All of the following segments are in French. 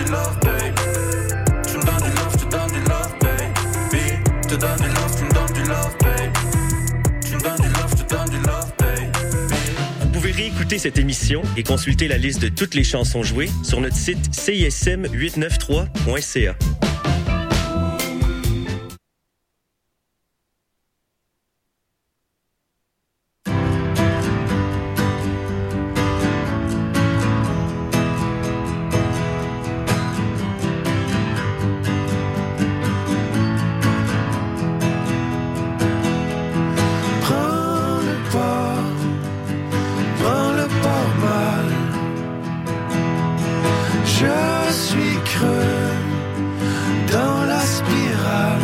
love, babe. Tu me donnes du love, je te donne du love, baby. Je te donne du love, tu me donnes du love, babe. Tu me donnes du love, je te donne du love, baby. Vous pouvez réécouter cette émission et consulter la liste de toutes les chansons jouées sur notre site cism893.ca. Je suis creux dans la spirale.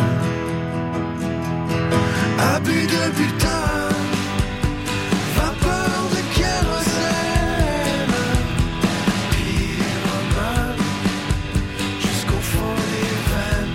Abus de butin, vapeur de kérosène, pyromane jusqu'au fond des veines.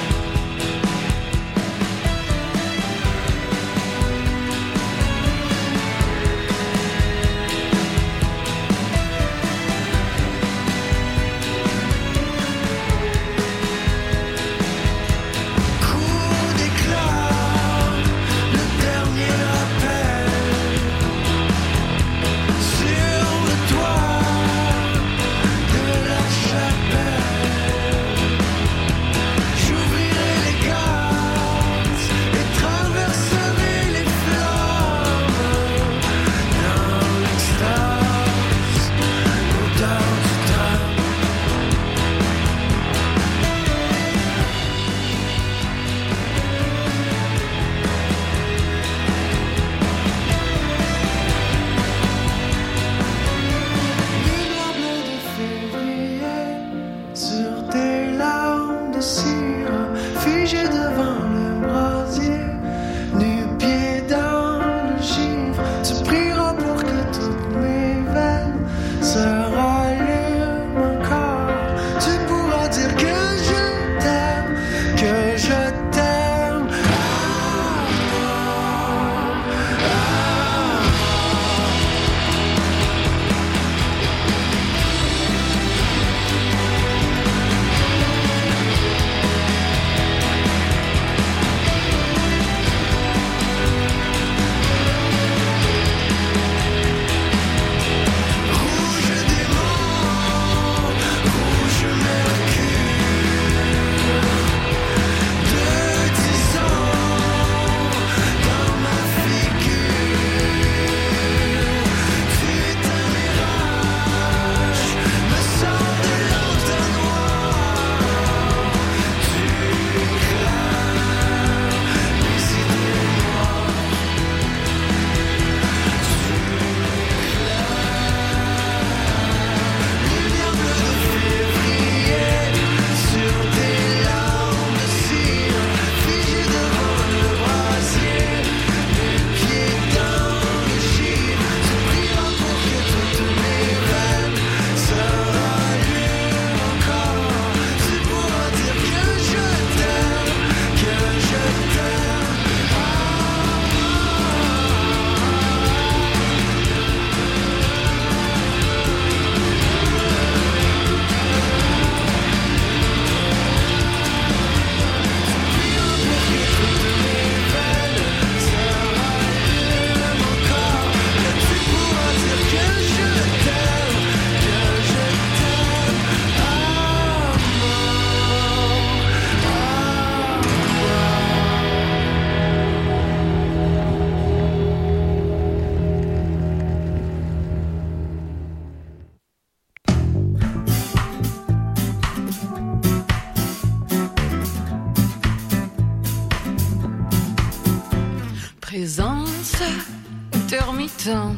Présence intermittente,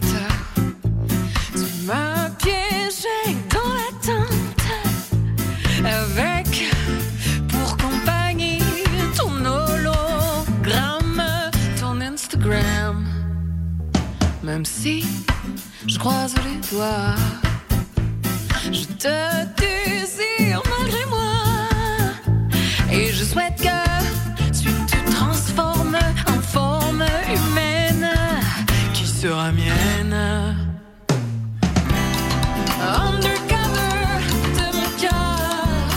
tu m'as piégé dans l'attente, avec pour compagnie ton hologramme, ton Instagram. Même si je croise les doigts, je te désire malgré moi, et je souhaite que tu te transformes en forme humaine qui sera mienne. Undercover de mon cœur,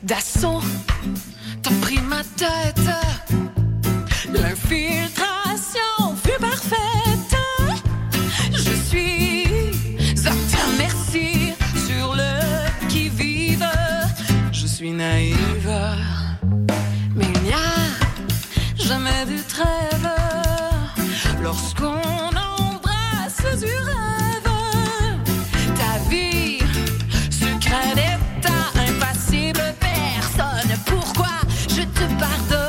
d'assaut, t'as pris ma tête. L'infiltration fut parfaite. Je suis à ta merci sur le qui-vive. Je suis naïve, mais il n'y a jamais de trêve lorsqu'on embrasse du rêve. Ta vie, secret d'état impassible, personne. Pourquoi je te pardonne?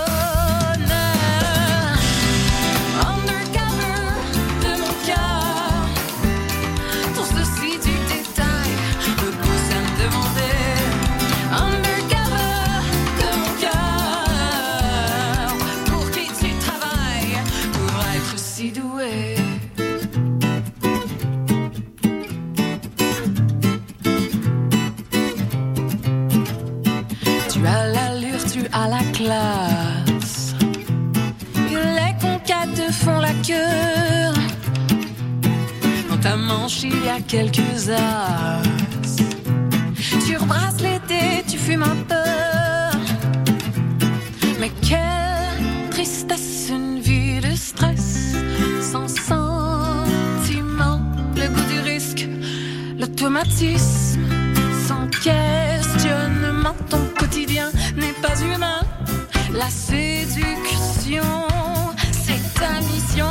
À la classe, les conquêtes te font la queue. Dans ta manche il y a quelques as. Tu rebrasses l'été, tu fumes un peu. Mais quelle tristesse, une vie de stress, sans sentiment, le goût du risque, l'automatisme, sans questionnement. Ton quotidien n'est pas humain. La séduction, c'est ta mission.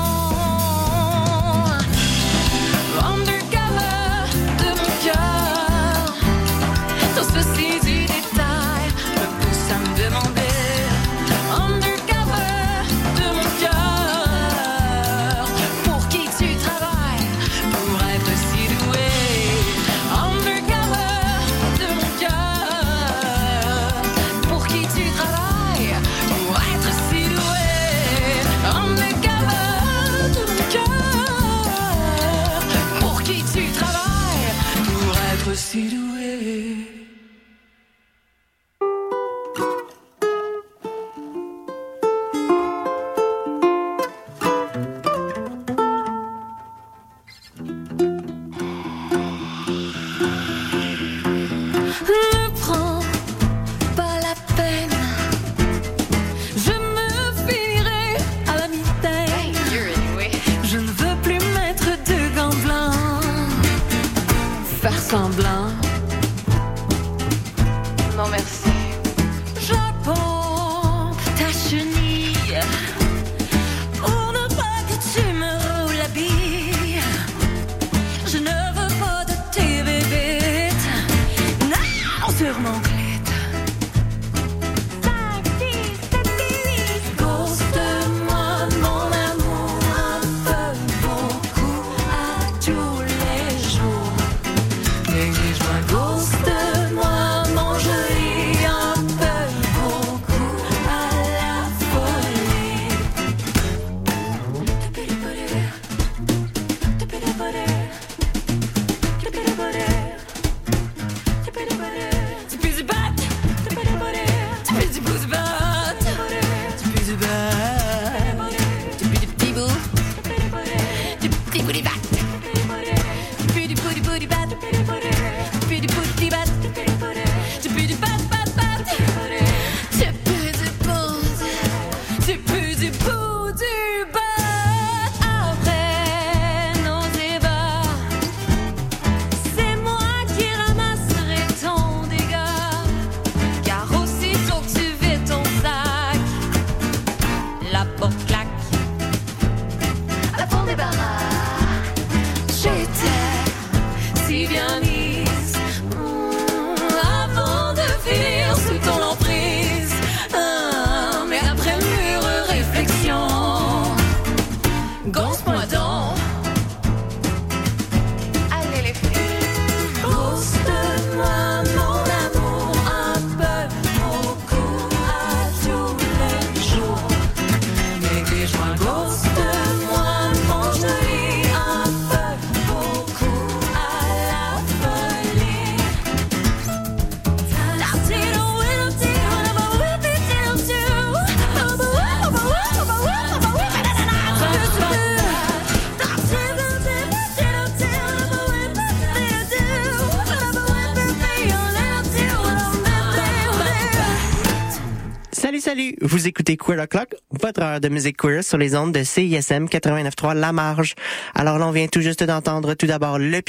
Undercover de mon cœur, dans ce souci du détail, me pousse à me demander. Undercover de mon cœur, pour qui tu travailles, pour être si doué. Undercover de mon cœur, pour qui tu travailles, pour être si doué. Undercover de mon cœur, pour qui tu travailles, pour être si doué. Ne prends pas la peine, je me fierai à la mitaine. Je ne veux plus mettre de gants blancs, faire semblant. Non merci. J'apprends ta chenille pour ne pas que tu me roules la bille. Je ne veux pas de tes bébés. Non, sur mon clé. Ghost-moi mon amour, un peu, beaucoup, à tous les jours. Néglige-moi, ghost-moi mon joli, un peu, beaucoup, à la folie. La porte claque, à la porte des barrages. Salut, vous écoutez Queer O'Clock, votre heure de musique queer sur les ondes de CISM 89.3 La Marge. Alors là, on vient tout juste d'entendre tout d'abord le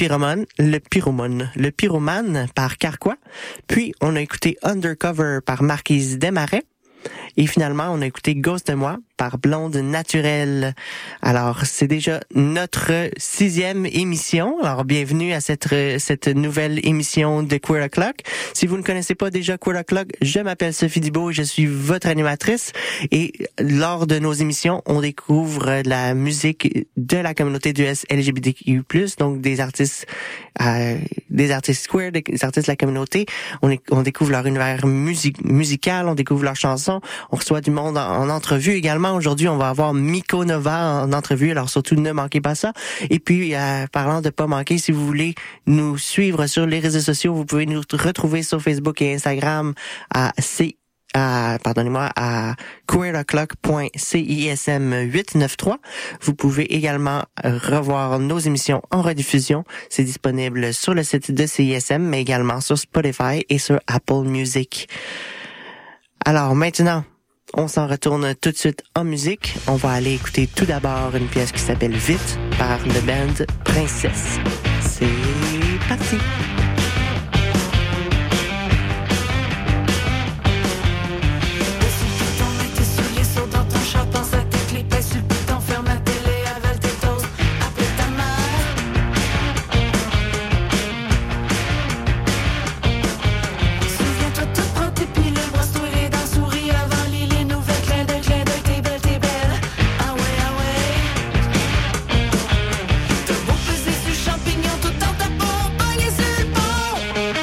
Pyromane par Carquois, puis on a écouté Undercover par Marquise Desmarais, et finalement, on a écouté Ghost de moi par Blonde Naturelle. Alors, c'est déjà notre 6e émission. Alors, bienvenue à cette nouvelle émission de Queer O'Clock. Si vous ne connaissez pas déjà Queer O'Clock, je m'appelle Sophie Thibault et je suis votre animatrice. Et lors de nos émissions, on découvre la musique de la communauté du LGBTQ+, donc des artistes queer, des artistes de la communauté. On découvre leur univers musical, on découvre leurs chansons, on reçoit du monde en entrevue également. Aujourd'hui, on va avoir Miko Nova en entrevue, alors surtout ne manquez pas ça. Et puis, parlant de pas manquer, si vous voulez nous suivre sur les réseaux sociaux, vous pouvez nous retrouver sur Facebook et Instagram à queeroclock.cism893. Vous pouvez également revoir nos émissions en rediffusion. C'est disponible sur le site de CISM, mais également sur Spotify et sur Apple Music. Alors maintenant, on s'en retourne tout de suite en musique. On va aller écouter tout d'abord une pièce qui s'appelle Vite par le band Princesse. C'est parti! Champignons tout en tapant, bagné sur le pont.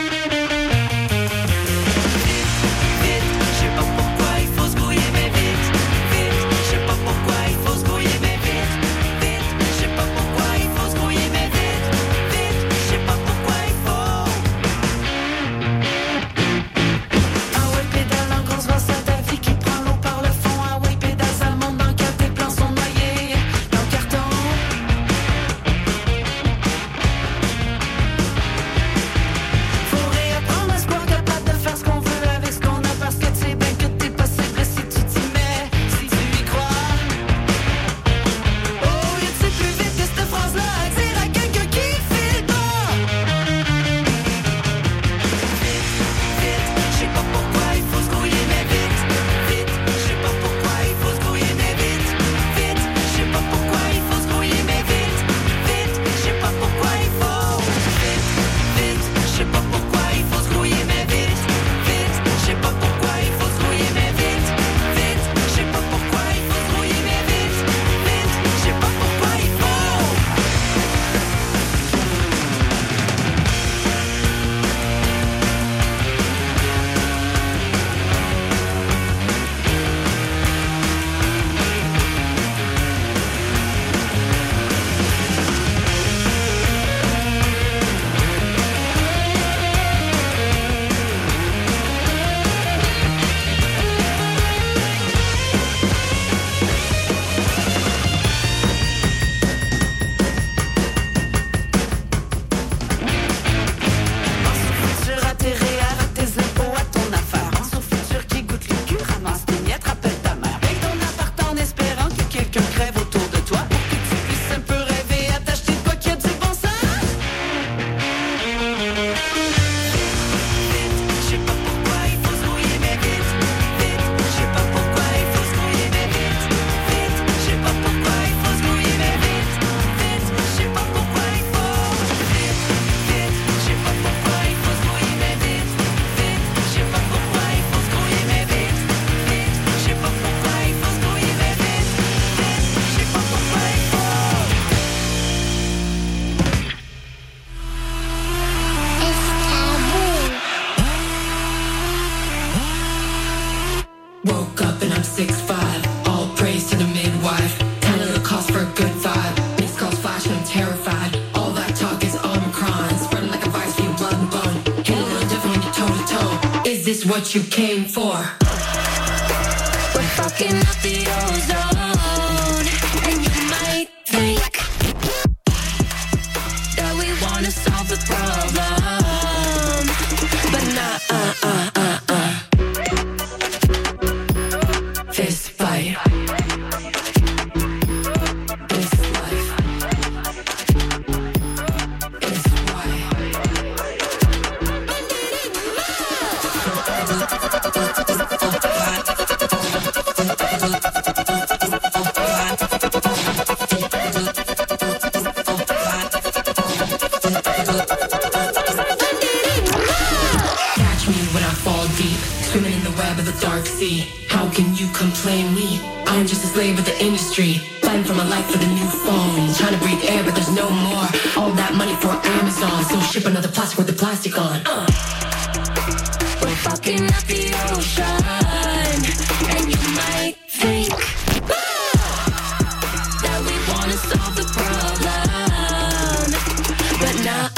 this what you came for? We're fucking up the ozone, and you might think that we wanna solve the problem, but nah, dark sea. How can you complain me? I'm just a slave of the industry, fighting for my life for the new phone. Trying to breathe air, but there's no more. All that money for Amazon, so ship another plastic with the plastic on. We're fucking up the ocean, and you might think that we wanna solve the problem, but nah.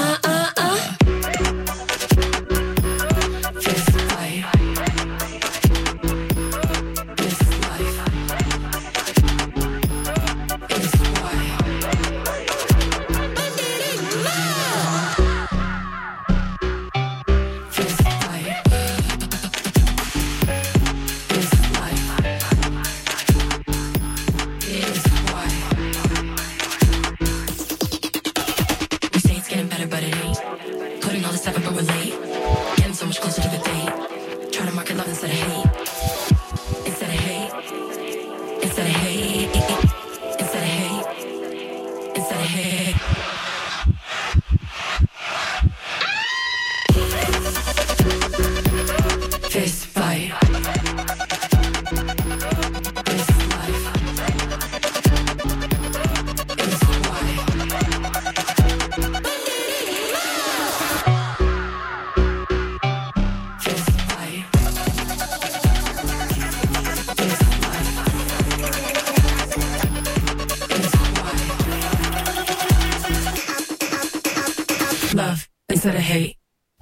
Love instead of hate.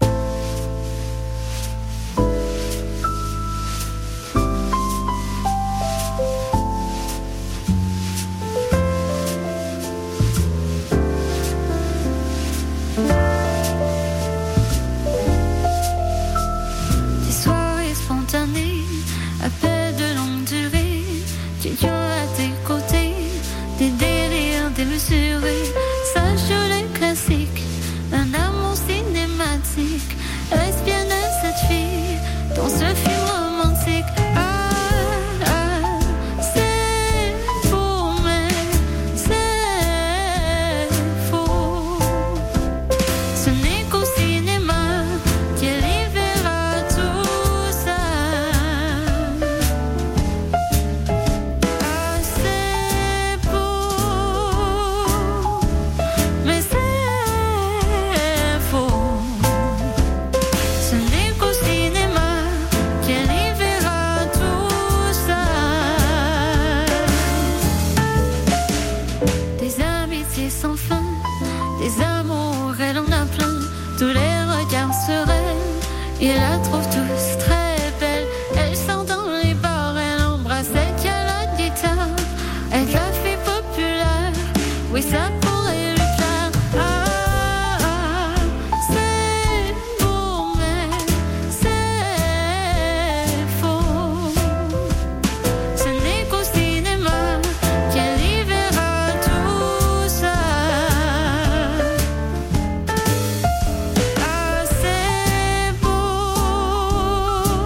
Des soirées spontanées, appels de longue durée, tu à tes côtés, des délires démesurés, sache les classiques. Un amour cinématique. Est-ce bien cette fille dans ce film romantique? C'est faux, mais c'est faux. Ce n'est qu'au cinéma qu'elle y verra tout ça. C'est beau, mais c'est sans fin, des amours, elle en a plein. Tous les regards sereins, ils la trouvent tous très belle. Elle sort dans les bars, elle embrasse celle qui a la guitare. Elle la fait populaire, oui ça pourrait lui plaire. C'est beau mais c'est faux. Ce n'est qu'au cinéma qu'elle y verra tout ça. C'est beau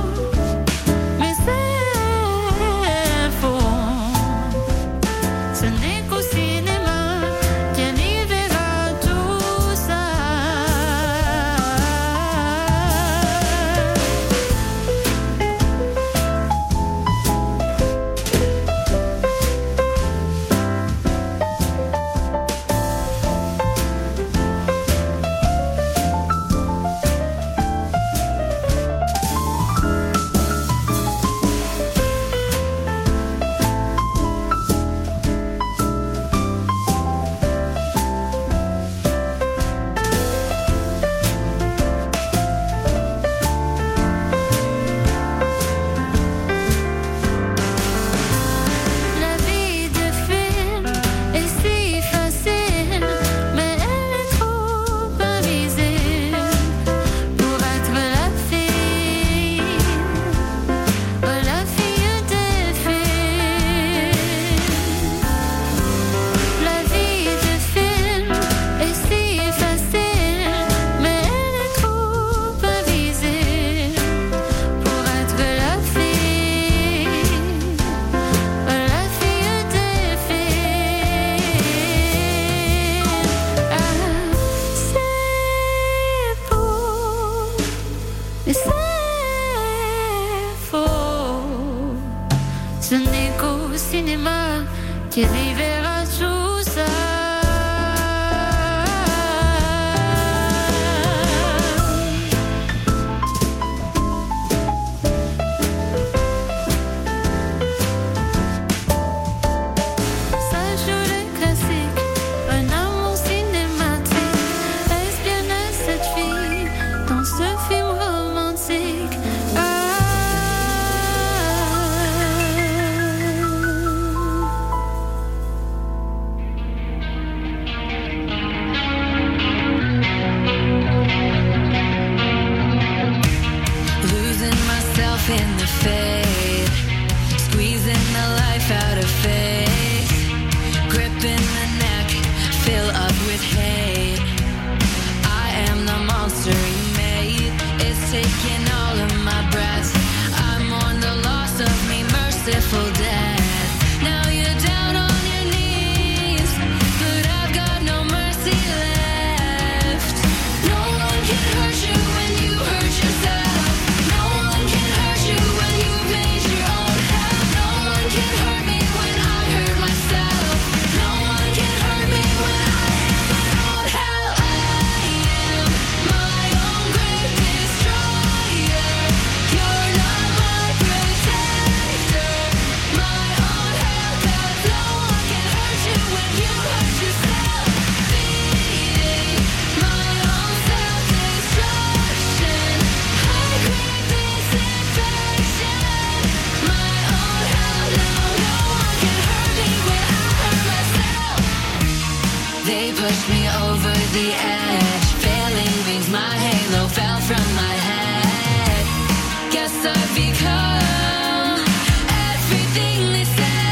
with hate. I am the monster you made. It's taking all of my breath. I mourn the loss of me, merciful death. Now you're down on your knees, but I've got no mercy left. No one can hurt you when you hurt yourself. No one can hurt you when you've made your own hell. No one can hurt me when I hurt myself. No one can hurt me when I am my own hell. I am my own great destroyer. You're not my protector. My own hell, 'cause no one can hurt you when you hurt yourself. Feeding my own self-destruction. I create this infection. My own hell, no one can hurt me when I hurt myself. They pushed me over the edge. Failing means my halo fell from my head. Guess I've become everything they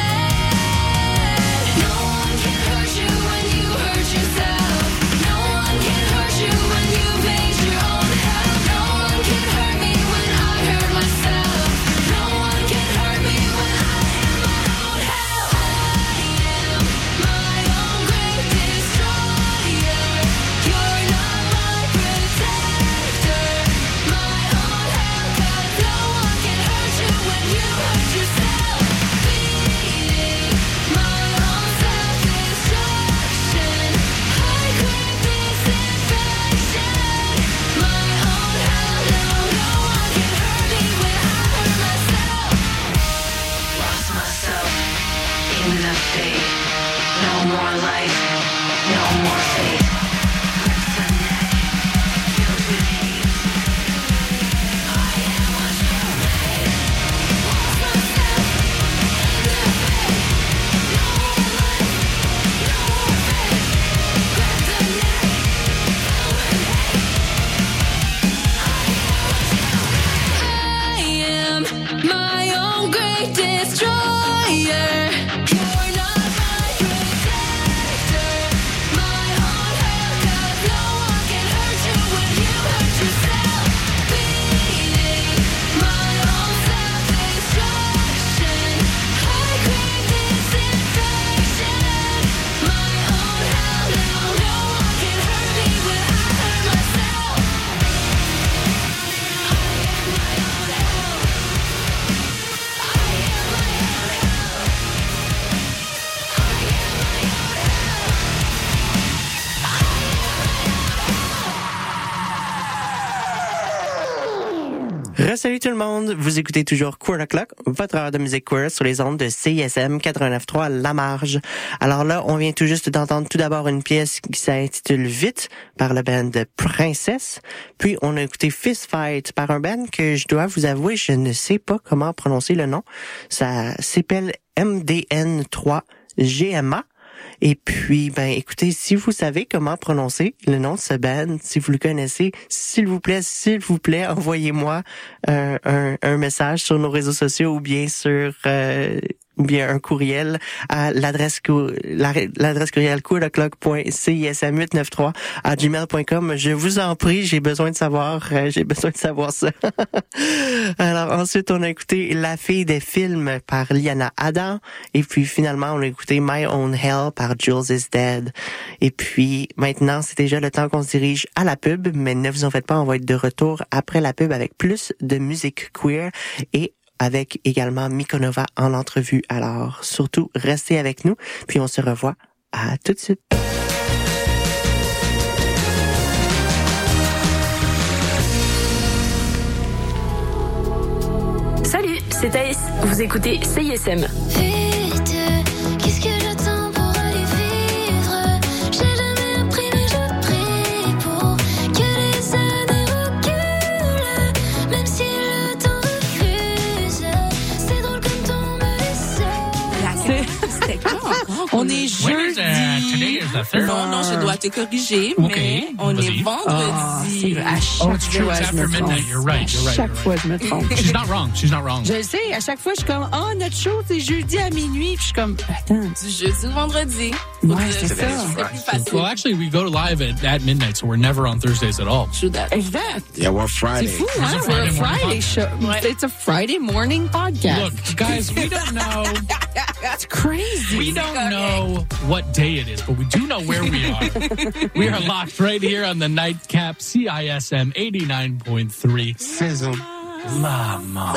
said. No one can hurt you when you hurt yourself. No one can hurt you when you made your own hell. No one can hurt me when I hurt myself. No one can hurt me when I am my own hell. I am my own great destroyer. You're not my protector. My own hell, 'cause no one can hurt you when you hurt yourself. Feeding my own self-destruction. I create this infection. My own hell, no one can hurt me when I hurt myself. Lost myself in the fate. No more life, no more faith. Lips and neck filled with hate. I am what you made. Lost myself in the fate. No more life, no more faith. Grab the neck, filled with hate. I am my own great destroyer. You're not my protector. My own hell, 'cause no one can hurt you when you hurt yourself. Beating my own self-destruction. I create this infection. My own hell, no one can hurt me when I hurt myself. Salut tout le monde, vous écoutez toujours Queer O'Clock, votre heure de musique queer sur les ondes de CISM 89.3 La Marge. Alors là, on vient tout juste d'entendre tout d'abord une pièce qui s'intitule Vite par le band Princesse, puis on a écouté Fist Fight par un band que je dois vous avouer, je ne sais pas comment prononcer le nom. Ça s'appelle MDN3 GMA. Et puis, ben, écoutez, si vous savez comment prononcer le nom de ce band, si vous le connaissez, s'il vous plaît, envoyez-moi un message sur nos réseaux sociaux ou bien sur ou bien un courriel à l'adresse courriel queeroclock.cism893@gmail.com. Je vous en prie, j'ai besoin de savoir ça. Alors ensuite, on a écouté La fille des films par Liana Adam et puis finalement, on a écouté My Own Hell par Jules is Dead. Et puis maintenant, c'est déjà le temps qu'on se dirige à la pub, mais ne vous en faites pas, on va être de retour après la pub avec plus de musique queer et avec également Mykonova en entrevue. Alors, surtout, restez avec nous, puis on se revoit. À tout de suite. Salut, c'est Thaïs. Vous écoutez CISM. Vite, qu'est-ce que j'attends pour aller vivre? J'ai jamais appris mais je prie pour que les années reculent, même si le temps refuse. C'est drôle comme ton me laisse. On est jeudi. Today is the that fair? Non, je dois te corriger, Okay. mais on est vendredi. C'est vrai, à chaque It's true. fois, It's je me after trompe. midnight. You're right. You're right. Chaque fois, je me trompe. She's not wrong. She's not wrong. Je le sais, à chaque fois, je suis comme, notre show, c'est jeudi à minuit. Puis je suis comme, attends. Du jeudi au vendredi. Ouais, c'est ça. C'est plus facile. Well, actually, we go live at midnight, so we're never on Thursdays at all. True that. Exact. Yeah, we're C'est Friday. fou, hein? It's a We're a Friday morning Friday show. Ouais. It's a Friday morning podcast. Look, guys, we don't know. That's crazy. We don't know what day it is, but we do know where we are. We are locked right here on the Nightcap CISM 89.3. Sizzle. Mama.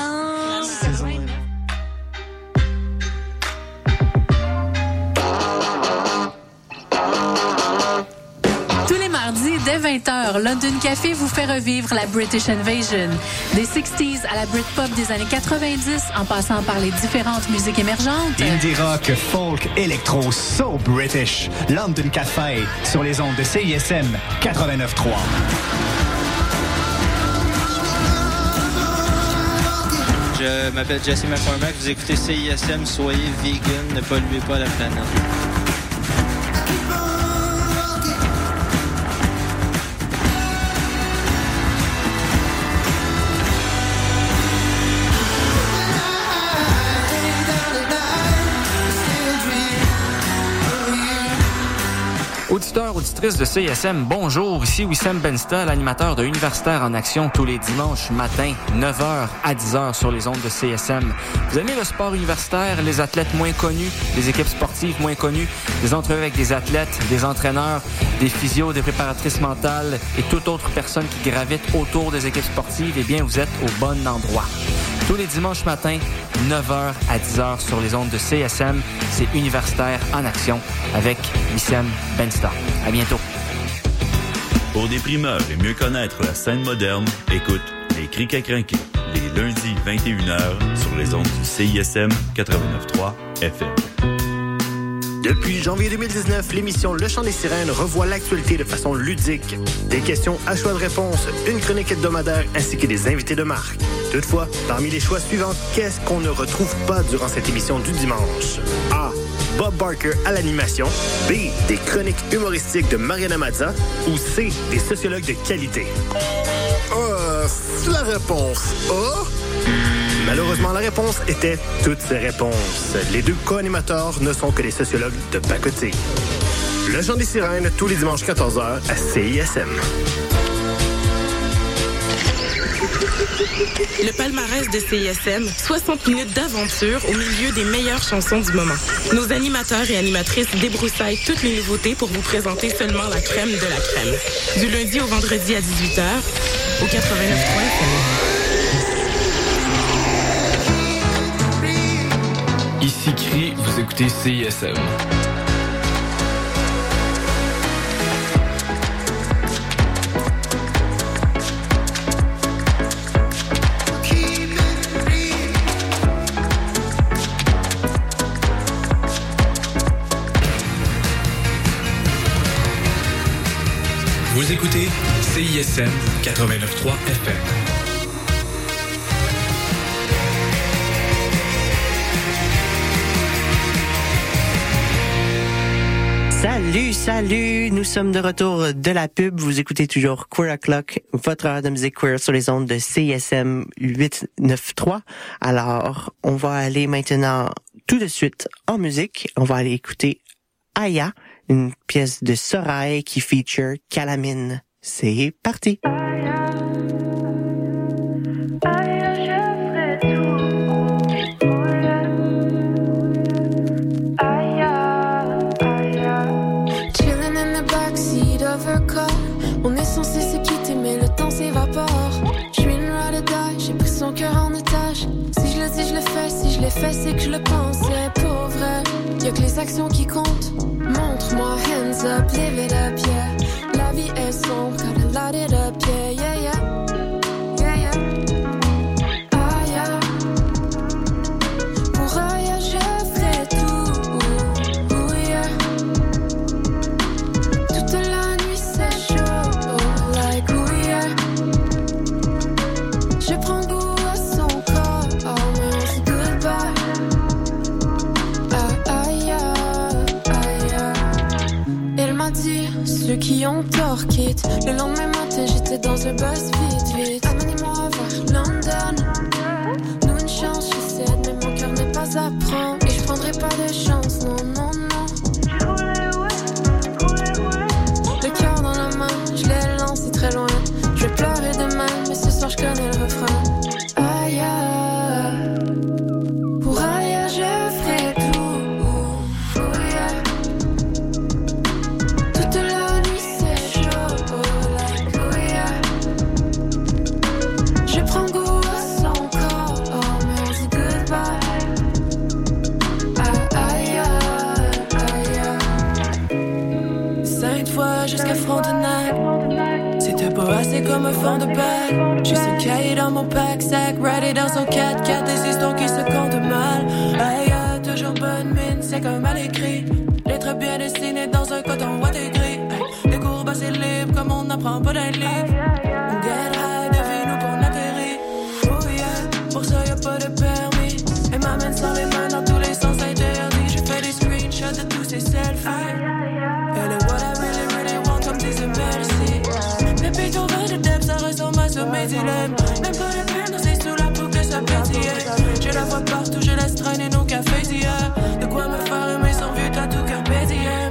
Tous les mardis, dès 20h, London Café vous fait revivre la British Invasion. Des 60s à la Britpop des années 90, en passant par les différentes musiques émergentes. Indie rock, folk, électro, so British. London Café, sur les ondes de CISM 89.3. Je m'appelle Jesse McCormack, vous écoutez CISM, soyez vegan, ne polluez pas la planète. Auditeurs, auditrices de CISM, bonjour. Ici Wissem Bensta, l'animateur de Universitaire en action tous les dimanches matin, 9h à 10h sur les ondes de CISM. Vous aimez le sport universitaire, les athlètes moins connus, les équipes sportives moins connues, des entrevues avec des athlètes, des entraîneurs, des physios, des préparatrices mentales et toute autre personne qui gravite autour des équipes sportives, eh bien, vous êtes au bon endroit. Tous les dimanches matins, 9h à 10h sur les ondes de CSM, c'est Universitaire en action avec Wissem Bensta. À bientôt. Pour des primeurs et mieux connaître la scène moderne, écoute Les Crics à crinquer, les lundis 21h sur les ondes du CISM 89.3 FM. Depuis janvier 2019, l'émission Le Chant des Sirènes revoit l'actualité de façon ludique. Des questions à choix de réponse, une chronique hebdomadaire ainsi que des invités de marque. Toutefois, parmi les choix suivants, qu'est-ce qu'on ne retrouve pas durant cette émission du dimanche? A. Bob Barker à l'animation. B. Des chroniques humoristiques de Mariana Mazza. Ou C. Des sociologues de qualité. C'est la réponse A. Malheureusement, la réponse était toutes ces réponses. Les deux co-animateurs ne sont que des sociologues de pacotille. Le Chant des Sirènes, tous les dimanches 14h à CISM. Le palmarès de CISM, 60 minutes d'aventure au milieu des meilleures chansons du moment. Nos animateurs et animatrices débroussaillent toutes les nouveautés pour vous présenter seulement la crème de la crème. Du lundi au vendredi à 18h, au 89.3 FM. Ici Cri, vous écoutez CISM. Vous écoutez CISM 89.3 FM. Salut, nous sommes de retour de la pub. Vous écoutez toujours Queer O'Clock, votre heure de musique queer sur les ondes de CISM 893. Alors, on va aller maintenant tout de suite en musique. On va aller écouter Aya, une pièce de Soraï qui feature Calamine. C'est parti! On est censé se quitter mais le temps s'évapore. Je suis une ride or die, j'ai pris son cœur en otage. Si je le dis je le fais, si je l'ai fait c'est que je le pensais. Pour vrai, y'a que les actions qui comptent. Montre-moi hands up, live it up, yeah. La vie est sombre, gotta light it up, yeah, yeah, yeah. Yeah, yeah. Aya, pour Aya je ferai tout, oh, yeah. Toute la nuit c'est chaud, like oh yeah. Je prends goût à son corps, oh mais on se goodbye. Ah, ah, yeah. ceux qui ont tort quittent. Le lendemain matin, j'étais dans un bus vite. Amenez-moi vers London. Nous une chance, je sais, mais mon cœur n'est pas à prendre. Et je prendrai pas de chance, non, non, non. Le cœur dans la main, je l'ai lancé très loin. Je vais pleurer demain, mais ce soir je connais le refrain. Aïe, pour ailleurs je ferai tout. Oh yeah. Toute la nuit c'est chaud. Oh yeah. Je prends goût à son corps. Oh merci goodbye. Aïe, aïe, aïe. 5 fois jusqu'à Frontenac. C'était pas assez comme un fond de bague. J'ai ce cahier dans mon pack-sac. Ready dans son 4x4. Des histoires qui se comptent mal. Aïe, toujours bonne mine, c'est comme à l'écrit. Lettres bien dessinées dans un coton ouaté gris. Les courbes assez libres comme on n'apprend pas d'un livre. On get high, devine où qu'on atterrit. Oh yeah, pour ça y'a pas de permis. Elle m'amène sans les mains dans tous les sens interdits. Je fais des screenshots de tous ces selfies. Elle est what I really, really want comme disait merci. Les pics au vin de depth, ça ressemble à sur mes dilemmes. Même pas la peine danser sous la peau que ça pétille. Je la vois partout, je laisse traîner nos cafés d'hier. De quoi me faire aimer sans vue, t'as tout cœur pédiem.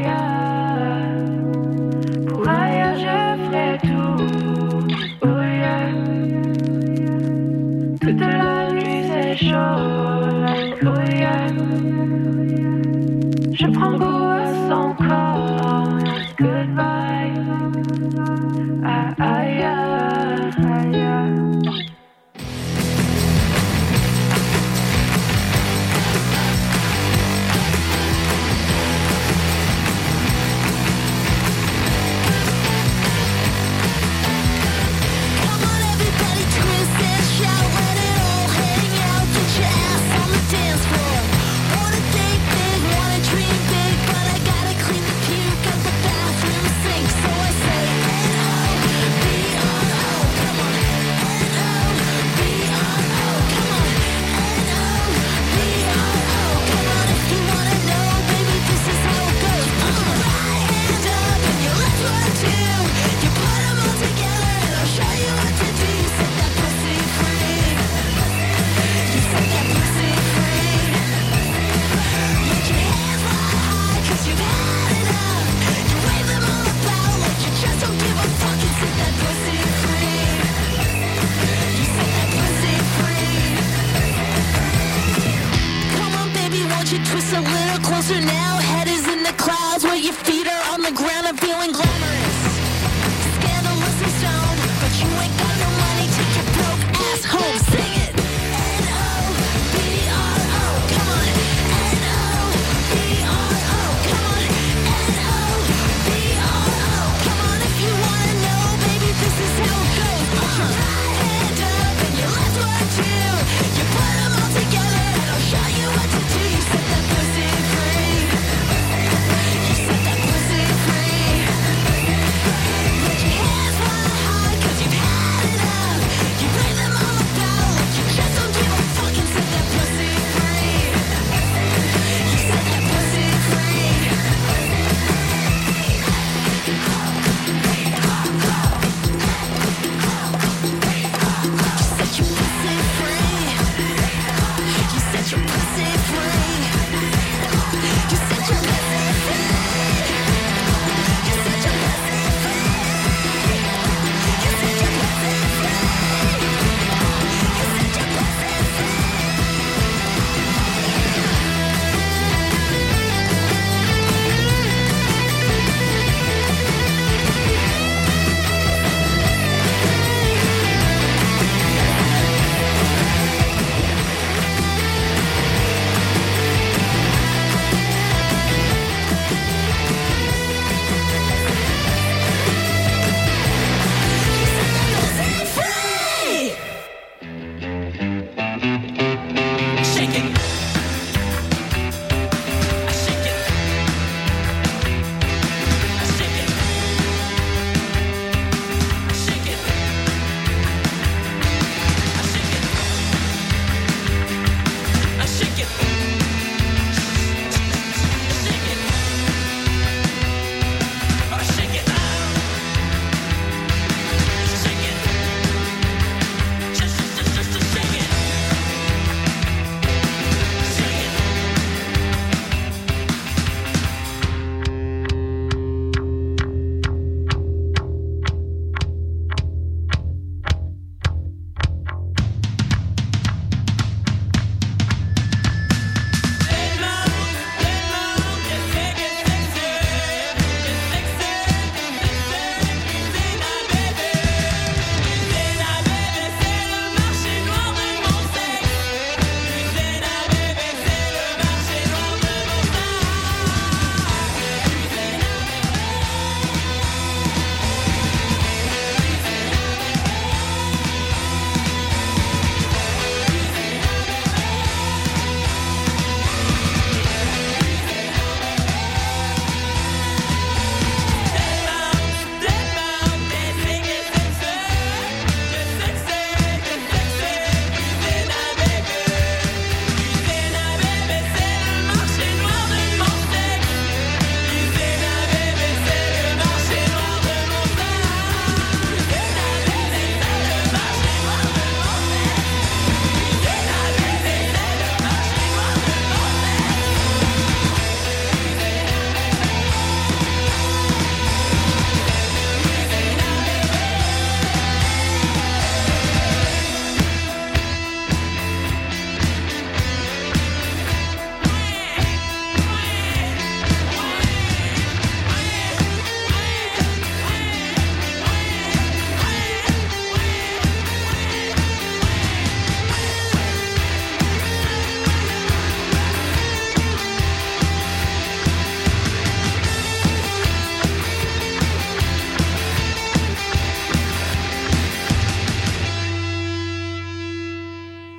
Pour ailleurs, je ferai tout. Oh yeah. Toute la nuit, c'est chaud. Oh yeah. Je prends goût à son corps. Goodbye. Aïe, aïe, aïe. Twist a little closer now. Head is in the clouds where your feet are on the ground. I'm feeling glamorous, scandalous and stoned, but you ain't got no money. Take your broke ass home. Sing it. N-O-B-R-O, come on. N-O-B-R-O, come on. N-O-B-R-O, come on. If you wanna know, baby, this is how it goes. Put your right hand up and your left one too. You put them all together and I'll show you what to do. You set that pussy free. You set that pussy free.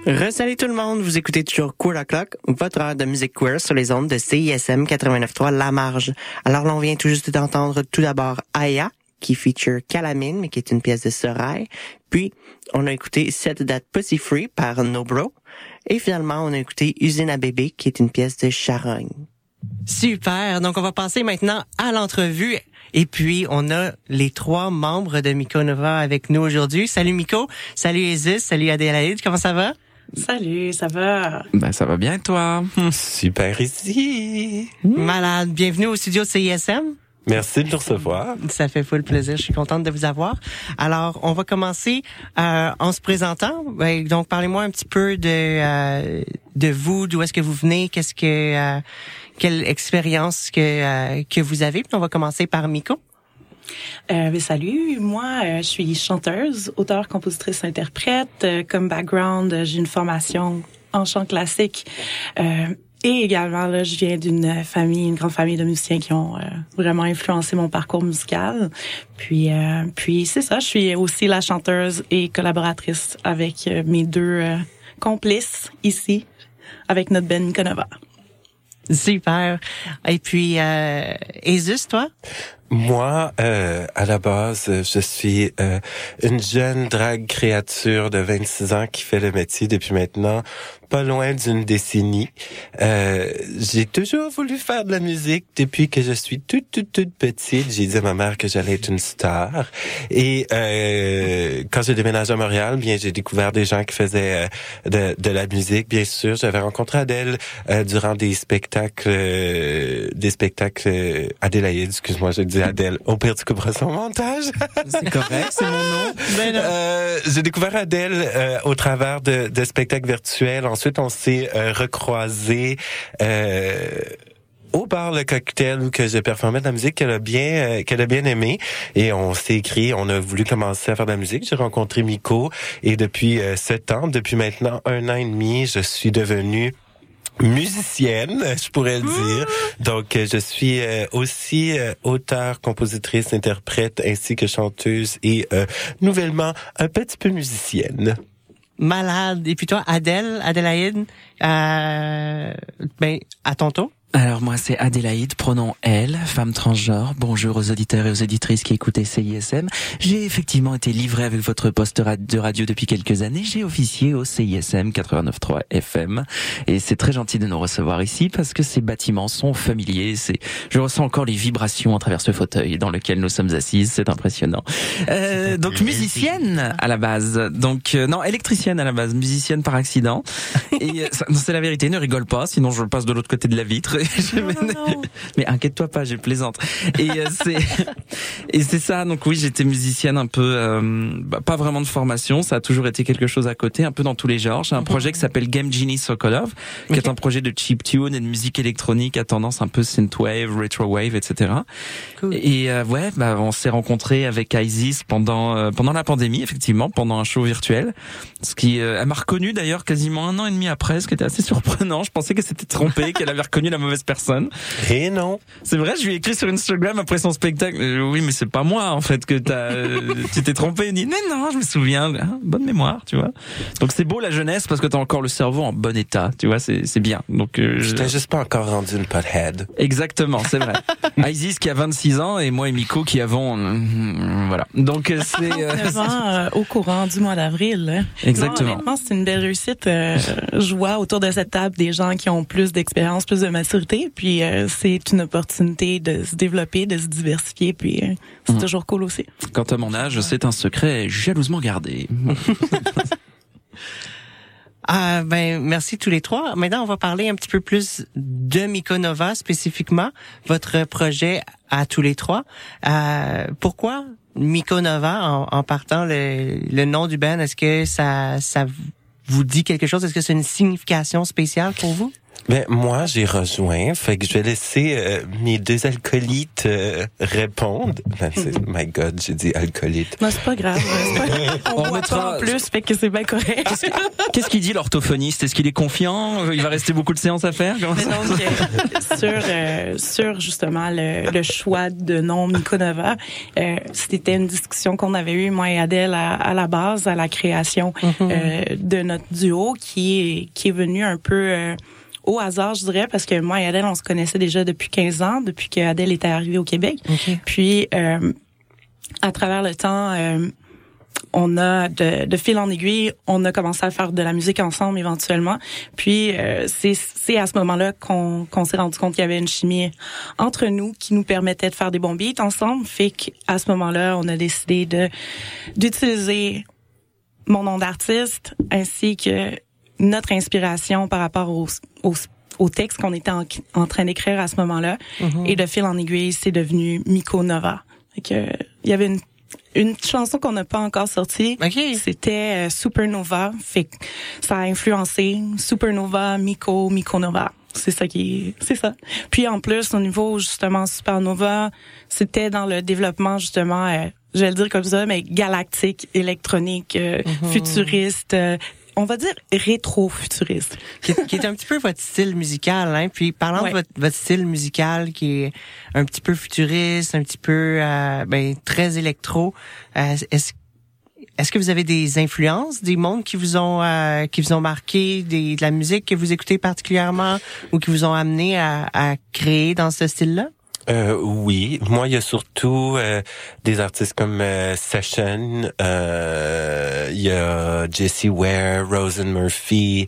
Re-salut tout le monde, vous écoutez toujours Queer O'Clock, votre heure de musique queer sur les ondes de CISM 89.3 La Marge. Alors là, on vient tout juste d'entendre tout d'abord Aya, qui feature Calamine, mais qui est une pièce de Sorail. Puis, on a écouté Set That Pussy Free par No Bro. Et finalement, on a écouté Usine à bébé, qui est une pièce de Charogne. Super, donc on va passer maintenant à l'entrevue. Et puis, on a les 3 membres de Miko Nova avec nous aujourd'hui. Salut Miko, salut Isis, salut Adélaïde, comment ça va? Salut, ça va? Ben, ça va bien, toi? Super ici. Malade. Bienvenue au studio de CISM. Merci de nous recevoir. Ça fait full plaisir. Je suis contente de vous avoir. Alors, on va commencer en se présentant. Donc, parlez-moi un petit peu de vous, d'où est-ce que vous venez, quelle expérience que vous avez. Puis on va commencer par Miko. Salut, moi je suis chanteuse, auteure, compositrice, interprète. Comme background, j'ai une formation en chant classique. Et également, là, je viens d'une grande famille de musiciens qui ont vraiment influencé mon parcours musical. Puis c'est ça, je suis aussi la chanteuse et collaboratrice avec mes 2 complices ici, avec notre band Miko Nova. Super. Et puis, Isis, toi? Moi, à la base, je suis une jeune drague créature de 26 ans qui fait le métier depuis maintenant pas loin d'une décennie. J'ai toujours voulu faire de la musique depuis que je suis toute petite. J'ai dit à ma mère que j'allais être une star. Et quand j'ai déménagé à Montréal, bien j'ai découvert des gens qui faisaient de la musique. Bien sûr, j'avais rencontré Adèle durant des spectacles. Adélaïde, excuse-moi, je dis Adèle. Au pire, tu couperas son montage. C'est correct, c'est mon nom. Ben j'ai découvert Adèle au travers de spectacles virtuels. Ensuite, on s'est recroisés au bar Le Cocktail où que j'ai performé de la musique qu'elle a bien aimé, et on s'est écrit, on a voulu commencer à faire de la musique. J'ai rencontré Miko et depuis 7 ans, depuis maintenant 1 an et demi, je suis devenue musicienne, je pourrais le dire. Donc, je suis aussi auteure, compositrice, interprète, ainsi que chanteuse et nouvellement un petit peu musicienne. Malade. Et puis toi, Adélaïde, à ton tour. Alors moi c'est Adélaïde, pronom elle, femme transgenre. Bonjour aux auditeurs et aux auditrices qui écoutaient CISM. J'ai effectivement été livré avec votre poste de radio depuis quelques années. J'ai officié au CISM 89.3 FM et c'est très gentil de nous recevoir ici parce que ces bâtiments sont familiers. Je ressens encore les vibrations à travers ce fauteuil dans lequel nous sommes assises. C'est impressionnant. Donc musicienne à la base. Donc non, électricienne à la base, musicienne par accident. Et c'est la vérité. Ne rigole pas, sinon je passe de l'autre côté de la vitre. Non. Mais inquiète-toi pas, je plaisante. Et c'est ça. Donc oui, j'étais musicienne un peu, pas vraiment de formation. Ça a toujours été quelque chose à côté, un peu dans tous les genres. J'ai un projet qui s'appelle Game Genie Sokolov, qui est un projet de chiptune et de musique électronique à tendance un peu synthwave, retrowave, etc. Cool. Et on s'est rencontrés avec Isis pendant la pandémie, effectivement, pendant un show virtuel. Elle m'a reconnu d'ailleurs quasiment 1 an et demi après, ce qui était assez surprenant. Je pensais qu'elle s'était trompée, qu'elle avait reconnu la mauvaise personne. Et non. C'est vrai, je lui ai écrit sur Instagram après son spectacle. Oui, mais c'est pas moi, en fait, que tu t'es trompé. Il dit, mais non, je me souviens. Bonne mémoire, tu vois. Donc c'est beau la jeunesse parce que t'as encore le cerveau en bon état, tu vois, c'est bien. Donc, je t'ai juste pas encore rendu une pothead. Exactement, c'est vrai. Isis qui a 26 ans et moi et Miko qui avons, voilà. Donc c'est, 9 ans au courant du mois d'avril. Exactement. Non, honnêtement, c'est une belle réussite. Je vois autour de cette table des gens qui ont plus d'expérience, plus de maturité, puis c'est une opportunité de se développer, de se diversifier, puis c'est toujours cool aussi. Quant à mon âge, c'est un secret jalousement gardé. Merci tous les 3. Maintenant, on va parler un petit peu plus de Miko Nova spécifiquement, votre projet à tous les 3. Pourquoi Miko Nova en partant le nom du band? Est-ce que ça vous dit quelque chose? Est-ce que c'est une signification spéciale pour vous? Ben moi, j'ai rejoint, fait que je vais laisser mes deux alcoolites répondre. Ben, my God, j'ai dit alcoolite. Non, c'est pas grave. On mettra en plus, fait que c'est bien correct. Qu'est-ce qu'il dit l'orthophoniste? Est-ce qu'il est confiant? Il va rester beaucoup de séances à faire? Mais donc, sur justement le choix de nom Mykonova, c'était une discussion qu'on avait eue, moi et Adèle, à la base, à la création de notre duo, qui est venu un peu au hasard, je dirais, parce que moi et Adèle, on se connaissait déjà depuis 15 ans, depuis qu'Adèle était arrivée au Québec. Okay. Puis, à travers le temps, on a, de fil en aiguille, on a commencé à faire de la musique ensemble éventuellement. Puis, c'est à ce moment-là qu'on s'est rendu compte qu'il y avait une chimie entre nous qui nous permettait de faire des bons beats ensemble. Fait qu'à ce moment-là, on a décidé d'utiliser mon nom d'artiste ainsi que notre inspiration par rapport au texte qu'on était en train d'écrire à ce moment-là. Et de fil en aiguille, c'est devenu Mykonova. Fait que, il y avait une chanson qu'on n'a pas encore sortie. Okay. C'était Supernova. Fait que ça a influencé Supernova, Mykonova. C'est ça. Puis en plus, au niveau justement Supernova, c'était dans le développement justement, je vais le dire comme ça, mais galactique, électronique, futuriste, on va dire rétro-futuriste. Qui est un petit peu votre style musical, hein. Puis parlant de votre style musical qui est un petit peu futuriste, un petit peu très électro, est-ce que vous avez des influences, des mondes qui vous ont marqué, de la musique que vous écoutez particulièrement ou qui vous ont amené à créer dans ce style-là? Oui, moi il y a surtout des artistes comme Session, il y a Jessie Ware, Rosen Murphy,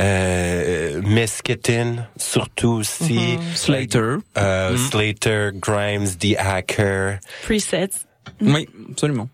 Miskittin surtout aussi, Slater, Slater, Grimes, The Hacker, Presets. Oui, absolument.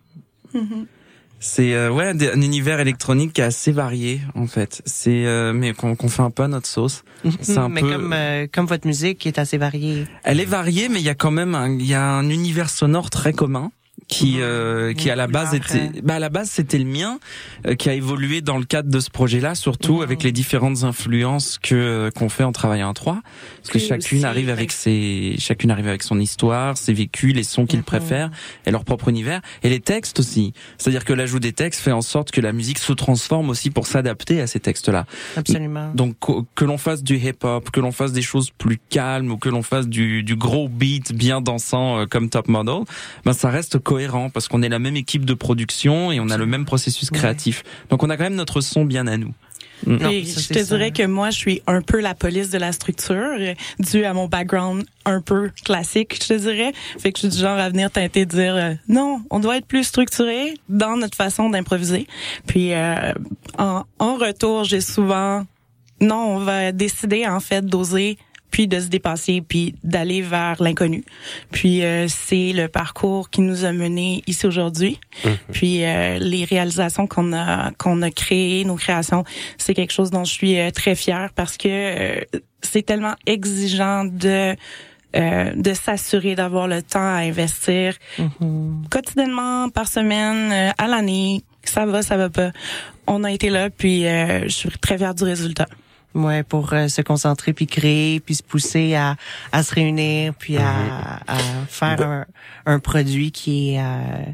C'est un univers électronique qui est assez varié en fait. C'est mais qu'on fait un peu à notre sauce. C'est un mais peu comme votre musique qui est assez variée. Elle est variée, mais il y a quand même un univers sonore très commun qui à la base c'était le mien, qui a évolué dans le cadre de ce projet-là, surtout avec les différentes influences qu'on fait en travaillant à trois, parce que chacune arrive avec son histoire, ses vécus, les sons qu'ils préfèrent et leur propre univers, et les textes aussi. C'est-à-dire que l'ajout des textes fait en sorte que la musique se transforme aussi pour s'adapter à ces textes-là. Absolument. Donc que l'on fasse du hip-hop, que l'on fasse des choses plus calmes ou que l'on fasse du gros beat bien dansant comme Top Model, ça reste cohérent parce qu'on est la même équipe de production et on a le même processus créatif. Donc on a quand même notre son bien à nous. Et je te dirais que moi, je suis un peu la police de la structure, dû à mon background un peu classique, je te dirais. Fait que je suis du genre à venir tenter de dire non, on doit être plus structuré dans notre façon d'improviser. Puis en retour, j'ai souvent on va décider en fait d'oser, puis de se dépasser, puis d'aller vers l'inconnu. Puis c'est le parcours qui nous a menés ici aujourd'hui. Puis les réalisations qu'on a créées, nos créations, c'est quelque chose dont je suis très fière parce que c'est tellement exigeant de s'assurer d'avoir le temps à investir quotidiennement, par semaine, à l'année. Ça va pas. On a été là, puis je suis très fière du résultat. Ouais, pour se concentrer puis créer puis se pousser à se réunir puis à faire un produit qui est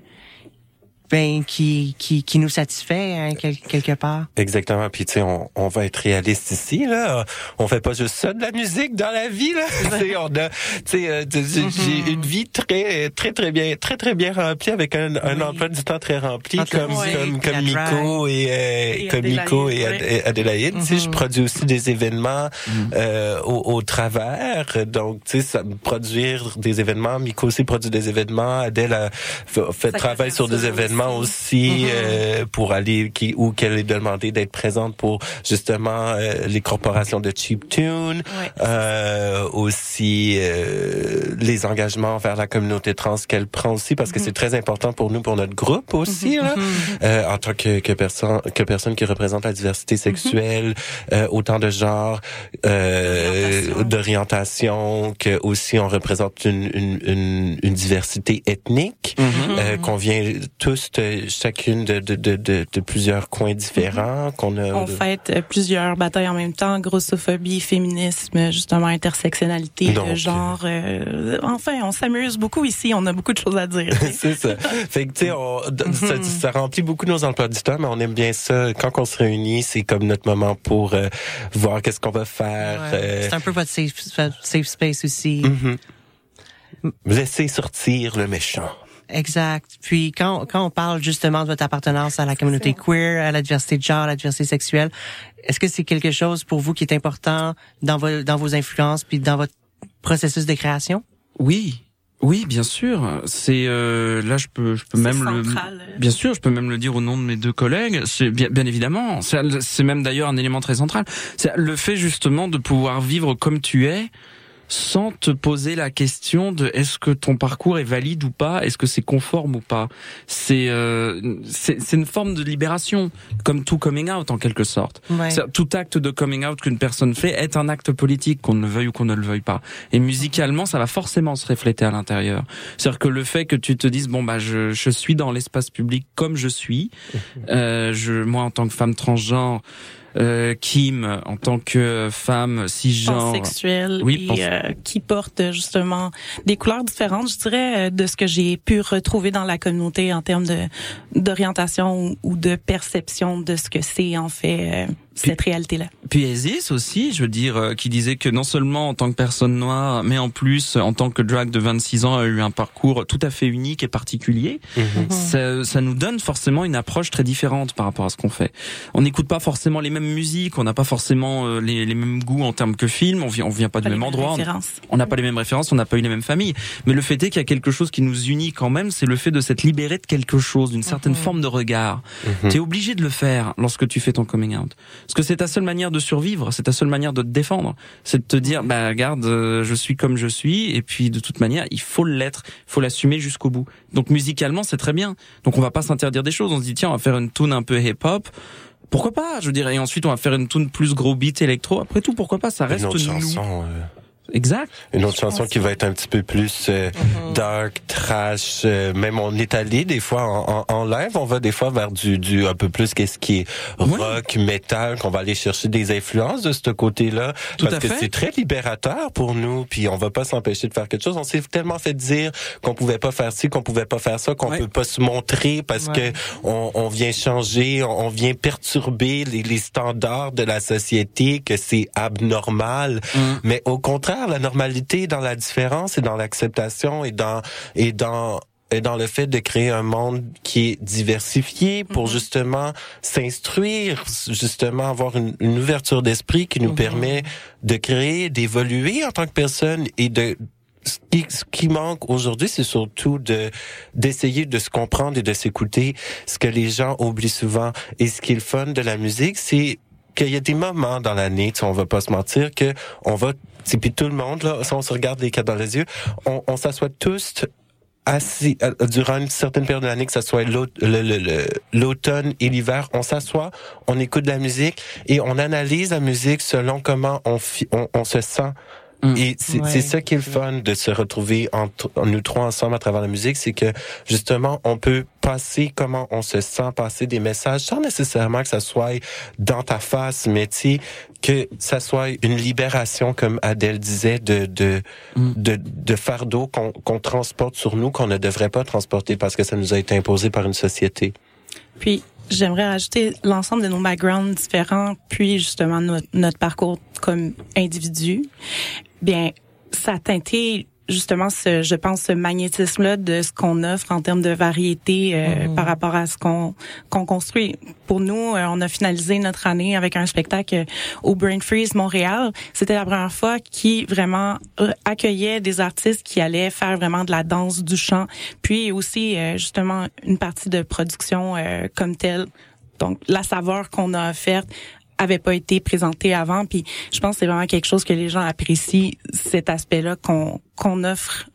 qui nous satisfait hein, quelque part. Exactement. Puis tu sais, on va être réaliste ici là. On fait pas juste ça de la musique dans la vie là. On a, tu sais, j'ai une vie très bien remplie avec un emploi du temps très rempli comme Miko et Adélaïde. Tu sais, je produis aussi des événements au travers. Donc tu sais, produire des événements. Miko aussi produit des événements. Adèle a fait travail sur des événements aussi pour aller où qu'elle est demandée d'être présente pour justement les corporations de chiptune, aussi les engagements envers la communauté trans qu'elle prend aussi parce que c'est très important pour nous, pour notre groupe aussi là, en tant que personne qui représente la diversité sexuelle, autant de genre, d'orientation, que aussi on représente une diversité ethnique, qu'on vient tous chacune de plusieurs coins différents qu'on a. On fête plusieurs batailles en même temps, grossophobie, féminisme, justement intersectionnalité, de genre. Enfin, on s'amuse beaucoup ici, on a beaucoup de choses à dire. C'est ça. Fait que tu sais, ça remplit beaucoup nos emplois du temps, mais on aime bien ça. Quand on se réunit, c'est comme notre moment pour voir qu'est-ce qu'on va faire. Ouais. C'est un peu votre safe space aussi. Laissez sortir le méchant. Exact. Puis quand on parle justement de votre appartenance à la communauté queer, à la diversité de genre, à la diversité sexuelle, est-ce que c'est quelque chose pour vous qui est important dans vos influences puis dans votre processus de création? Oui, bien sûr. C'est là, je peux même bien sûr, je peux même le dire au nom de mes deux collègues. C'est bien évidemment. C'est même d'ailleurs un élément très central. C'est le fait justement de pouvoir vivre comme tu es, sans te poser la question de est-ce que ton parcours est valide ou pas, est-ce que c'est conforme ou pas. C'est une forme de libération, comme tout coming out en quelque sorte. Ouais. Tout acte de coming out qu'une personne fait est un acte politique, qu'on le veuille ou qu'on ne le veuille pas. Et musicalement, ça va forcément se refléter à l'intérieur. C'est-à-dire que le fait que tu te dises bon bah je suis dans l'espace public comme je suis, moi en tant que femme transgenre. Kim en tant que femme cisgenre pansexuelle, qui porte justement des couleurs différentes, je dirais, de ce que j'ai pu retrouver dans la communauté en termes d'orientation ou de perception de ce que c'est en fait cette réalité-là. Puis Isis aussi, je veux dire, qui disait que non seulement en tant que personne noire, mais en plus en tant que drag de 26 ans, a eu un parcours tout à fait unique et particulier. Ça nous donne forcément une approche très différente par rapport à ce qu'on fait. On n'écoute pas forcément les mêmes musiques, on n'a pas forcément les mêmes goûts en termes que films, on vient pas du même endroit, on n'a pas les mêmes références, on n'a pas eu les mêmes familles. Mais le fait est qu'il y a quelque chose qui nous unit quand même, c'est le fait de s'être libéré de quelque chose, d'une certaine forme de regard. Tu es obligé de le faire lorsque tu fais ton coming out. Parce que c'est ta seule manière de survivre, c'est ta seule manière de te défendre. C'est de te dire, bah regarde, je suis comme je suis, et puis de toute manière, il faut l'être, il faut l'assumer jusqu'au bout. Donc musicalement, c'est très bien. Donc on va pas s'interdire des choses, on se dit tiens, on va faire une tune un peu hip-hop. Pourquoi pas, je dirais. Et ensuite, on va faire une tune plus gros beat électro. Après tout, pourquoi pas, ça reste une autre nous. Chanson, Exact. Une autre chanson qui va être un petit peu plus dark, trash. Même on est allé des fois en live, on va des fois vers du un peu plus qu'est-ce qui est rock, metal, qu'on va aller chercher des influences de ce côté-là. Parce que c'est très libérateur pour nous. Puis on va pas s'empêcher de faire quelque chose. On s'est tellement fait dire qu'on pouvait pas faire ci, qu'on pouvait pas faire ça, qu'on peut pas se montrer parce que on vient changer, on vient perturber les standards de la société, que c'est abnormal. Mais au contraire, la normalité est dans la différence et dans l'acceptation et dans le fait de créer un monde qui est diversifié pour justement s'instruire, justement avoir une ouverture d'esprit qui nous permet de créer, d'évoluer en tant que personne et de ce qui manque aujourd'hui, c'est surtout d'essayer de se comprendre et de s'écouter. Ce que les gens oublient souvent et ce qui est le fun de la musique, c'est qu'il y a des moments dans l'année, on va pas se mentir, que on va, puis tout le monde, là, si on se regarde les quatre dans les yeux, on s'assoit tous assis, durant une certaine période de l'année, que ce soit l'automne et l'hiver, on s'assoit, on écoute de la musique et on analyse la musique selon comment on se sent. Et c'est ça qui est le fun de se retrouver nous trois ensemble à travers la musique, c'est que justement on peut passer comment on se sent, passer des messages sans nécessairement que ça soit dans ta face, mais tu sais que ça soit une libération, comme Adèle disait, de fardeaux qu'on transporte sur nous, qu'on ne devrait pas transporter parce que ça nous a été imposé par une société. Puis j'aimerais rajouter l'ensemble de nos backgrounds différents, puis justement notre parcours comme individu. Bien, ça a teinté justement je pense ce magnétisme-là de ce qu'on offre en termes de variété par rapport à ce qu'on construit. Pour nous, on a finalisé notre année avec un spectacle au Brain Freeze Montréal. C'était la première fois qui vraiment accueillait des artistes qui allaient faire vraiment de la danse, du chant, puis aussi justement une partie de production comme telle. Donc la saveur qu'on a offerte avait pas été présenté avant, puis je pense que c'est vraiment quelque chose que les gens apprécient, cet aspect-là qu'on offre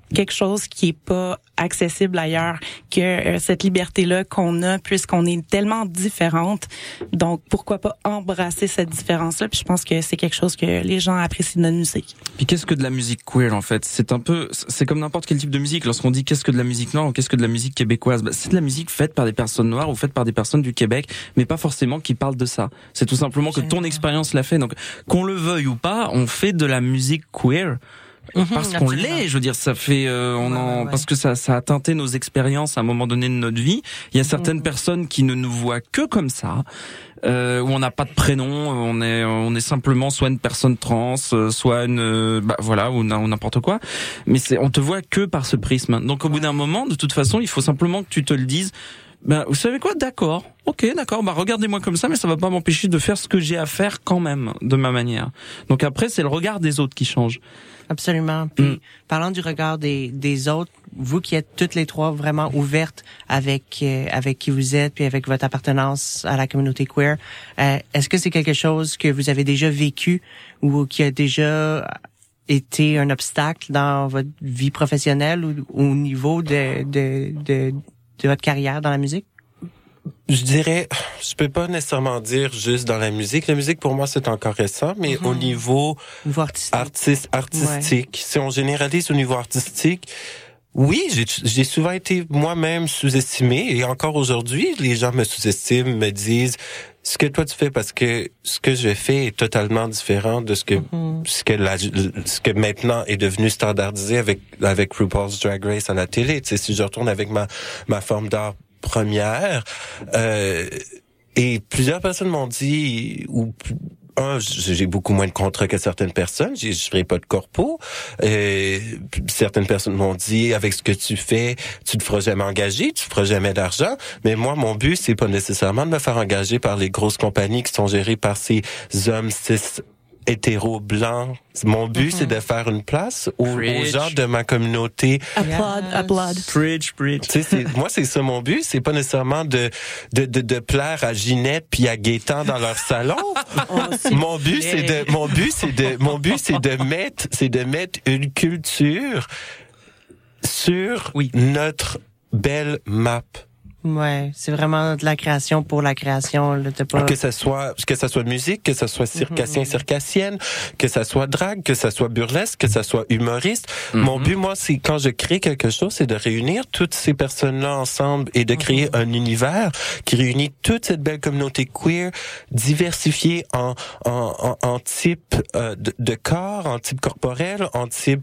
quelque chose qui est pas accessible ailleurs que cette liberté-là qu'on a puisqu'on est tellement différentes. Donc, pourquoi pas embrasser cette différence-là? Puis je pense que c'est quelque chose que les gens apprécient de notre musique. Puis qu'est-ce que de la musique queer, en fait? C'est comme n'importe quel type de musique. Lorsqu'on dit qu'est-ce que de la musique noire ou qu'est-ce que de la musique québécoise, c'est de la musique faite par des personnes noires ou faite par des personnes du Québec, mais pas forcément qui parlent de ça. C'est tout simplement que ton expérience l'a fait. Donc, qu'on le veuille ou pas, on fait de la musique queer. Parce qu'on l'est, je veux dire, ça fait, parce que ça a teinté nos expériences à un moment donné de notre vie. Il y a certaines personnes qui ne nous voient que comme ça, où on n'a pas de prénom, on est simplement soit une personne trans, soit une, ou n'importe quoi. Mais on te voit que par ce prisme. Donc au bout d'un moment, de toute façon, il faut simplement que tu te le dises. Vous savez quoi? D'accord. Regardez-moi comme ça, mais ça va pas m'empêcher de faire ce que j'ai à faire quand même, de ma manière. Donc après, c'est le regard des autres qui change. Absolument. Puis, parlant du regard des autres, vous qui êtes toutes les trois vraiment ouvertes avec qui vous êtes, puis avec votre appartenance à la communauté queer, est-ce que c'est quelque chose que vous avez déjà vécu ou qui a déjà été un obstacle dans votre vie professionnelle ou au niveau de votre carrière dans la musique? Je dirais, je peux pas nécessairement dire juste dans la musique. La musique, pour moi, c'est encore récent, mais au niveau artistique, si on généralise au niveau artistique, oui, j'ai souvent été moi-même sous-estimé et encore aujourd'hui, les gens me sous-estiment, me disent ce que toi tu fais parce que ce que je fais est totalement différent de ce que maintenant est devenu standardisé avec RuPaul's Drag Race à la télé. Tu sais, si je retourne avec ma forme d'art première, et plusieurs personnes m'ont dit, j'ai beaucoup moins de contrats que certaines personnes, je ferai pas de corpo. Certaines personnes m'ont dit, avec ce que tu fais, tu te feras jamais engager, tu feras jamais d'argent. Mais moi, mon but, c'est pas nécessairement de me faire engager par les grosses compagnies qui sont gérées par ces hommes cis hétéro blanc. Mon but, c'est de faire une place aux gens de ma communauté. Applaud. Preach. Tu sais, moi, c'est ça mon but. C'est pas nécessairement de plaire à Ginette puis à Gaétan dans leur salon. Mon but, c'est de mettre une culture sur notre belle map. Ouais, c'est vraiment de la création pour la création. Là, que ça soit musique, que ça soit circassien, circassienne, que ça soit drague, que ça soit burlesque, que ça soit humoriste. Mon but, moi, c'est quand je crée quelque chose, c'est de réunir toutes ces personnes-là ensemble et de créer un univers qui réunit toute cette belle communauté queer, diversifiée en type de corps, en type corporel, en type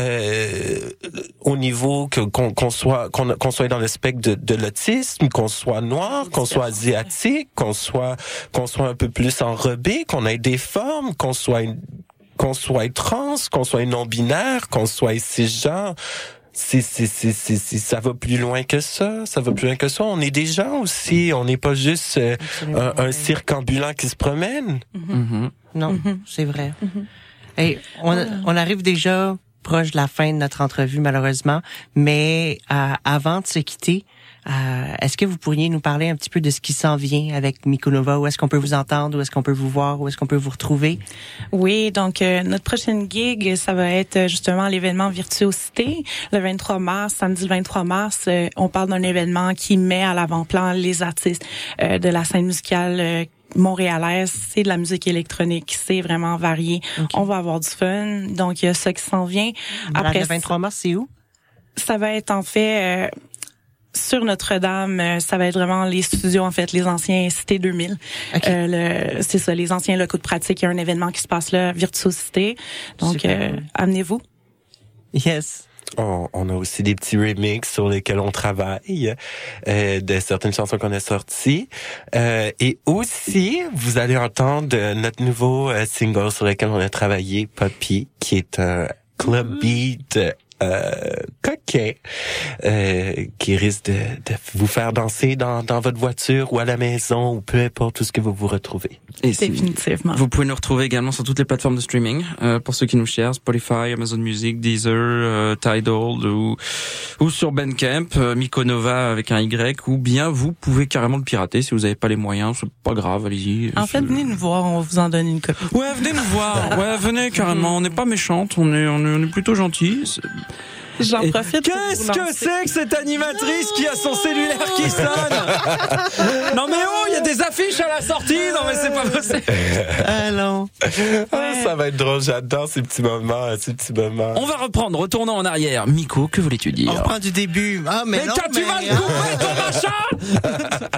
au niveau qu'on soit dans le spectre de l'autisme, qu'on soit noir, qu'on soit asiatique, qu'on soit un peu plus enrobé, qu'on ait des formes, qu'on soit trans, qu'on soit non-binaire, qu'on soit cisgenre. Ça va plus loin que ça. On est des gens aussi. On n'est pas juste un cirque ambulant qui se promène. Non, c'est vrai. Hey, on arrive déjà proche de la fin de notre entrevue, malheureusement. Mais avant de se quitter, est-ce que vous pourriez nous parler un petit peu de ce qui s'en vient avec Mykonova? Où est-ce qu'on peut vous entendre? Où est-ce qu'on peut vous voir? Où est-ce qu'on peut vous retrouver? Oui, donc notre prochaine gig, ça va être justement l'événement Virtuosité, le 23 mars, samedi le 23 mars. On parle d'un événement qui met à l'avant-plan les artistes de la scène musicale montréalaise. C'est de la musique électronique, c'est vraiment varié. Okay. On va avoir du fun, donc il y a ça qui s'en vient. Après, le 23 mars, c'est où? Ça va être en fait... sur Notre-Dame, ça va être vraiment les studios, en fait, les anciens Cité 2000. Okay. C'est ça, les anciens locaux de pratique. Il y a un événement qui se passe là, Virtuosité. Donc, amenez-vous. Yes. On a aussi des petits remixes sur lesquels on travaille, de certaines chansons qu'on a sorties. Et aussi, vous allez entendre notre nouveau single sur lequel on a travaillé, Poppy, qui est un club beat coquin, qui risque de vous faire danser dans votre voiture ou à la maison ou peu importe où ce que vous vous retrouvez. Et définitivement. Vous pouvez nous retrouver également sur toutes les plateformes de streaming, pour ceux qui nous cherchent, Spotify, Amazon Music, Deezer, Tidal ou sur Bandcamp, Mykonova avec un Y, ou bien vous pouvez carrément le pirater si vous n'avez pas les moyens, c'est pas grave, allez-y. En fait, venez nous voir, on vous en donne une copie. Ouais, venez nous voir. Ouais, venez carrément, on n'est pas méchantes, on est plutôt gentils. J'en profite. Qu'est-ce que c'est que cette animatrice qui a son cellulaire qui sonne? Non mais oh, il y a des affiches à la sortie. Non mais c'est pas possible. Allons. Ça va être drôle. J'adore ces petits moments. On va reprendre. Retournons en arrière. Miko, que voulais-tu dire? On reprend du début. Ah, mais non, quand tu vas le couper, ton machin!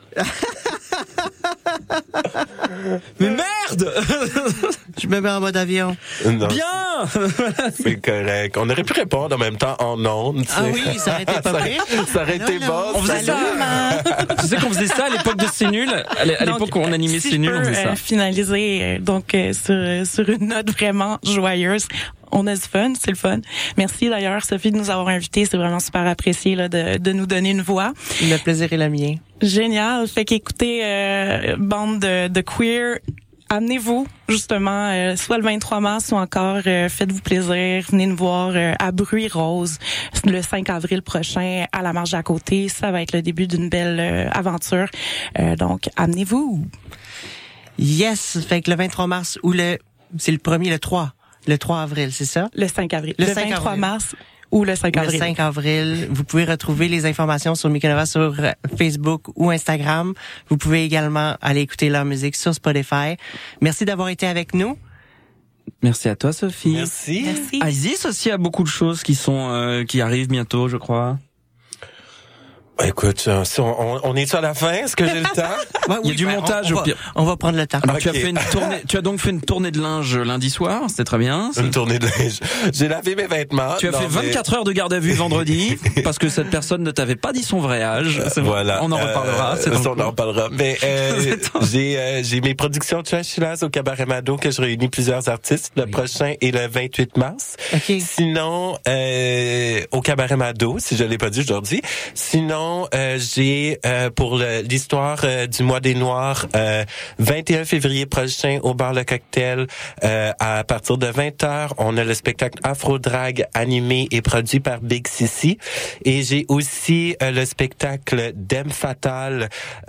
Mais merde! Je me mets en mode avion. Non. Bien! C'est correct. On aurait pu répondre en même temps en ondes. Ah oui, ça aurait été pas pire. Ça aurait été bon. On faisait ça. Tu sais qu'on faisait ça à l'époque de C'est Nul. À l'époque où on animait C'est Nul, on faisait ça. Finaliser sur une note vraiment joyeuse. On a du fun, c'est le fun. Merci d'ailleurs, Sophie, de nous avoir invités. C'est vraiment super apprécié là, de nous donner une voix. Le plaisir est le mien. Génial. Fait qu'écoutez, bande de queer, amenez-vous justement, soit le 23 mars ou encore faites-vous plaisir. Venez nous voir à Bruy-Rose le 5 avril prochain à la marche à côté. Ça va être le début d'une belle aventure. Donc, amenez-vous. Yes. Fait que le 23 mars ou c'est le 1er, le 3. Le 3 avril, c'est ça? Le 5 avril. Le 23 mars ou le 5 avril. Le 5 avril. Vous pouvez retrouver les informations sur Mikonova sur Facebook ou Instagram. Vous pouvez également aller écouter leur musique sur Spotify. Merci d'avoir été avec nous. Merci à toi, Sophie. Merci. Isis aussi a beaucoup de choses qui arrivent bientôt, je crois. Écoute, on est sur la fin. Est-ce que j'ai le temps? Il y a du montage au pire. On va prendre le temps. Alors, okay. Tu as donc fait une tournée de linge lundi soir. C'était très bien. Une tournée de linge. J'ai lavé mes vêtements. Tu as fait 24 heures de garde à vue vendredi parce que cette personne ne t'avait pas dit son vrai âge. Voilà. On en reparlera. On en reparlera. Mais j'ai mes productions Trashilas au Cabaret Mado que je réunis plusieurs artistes. Le prochain est le 28 mars. Okay. Sinon, au Cabaret Mado, si je l'ai pas dit aujourd'hui. Sinon, j'ai pour l'histoire du mois des Noirs 21 février prochain au bar Le Cocktail à partir de 20h, on a le spectacle Afro Drag animé et produit par Big Sissi et j'ai aussi le spectacle Dame Fatale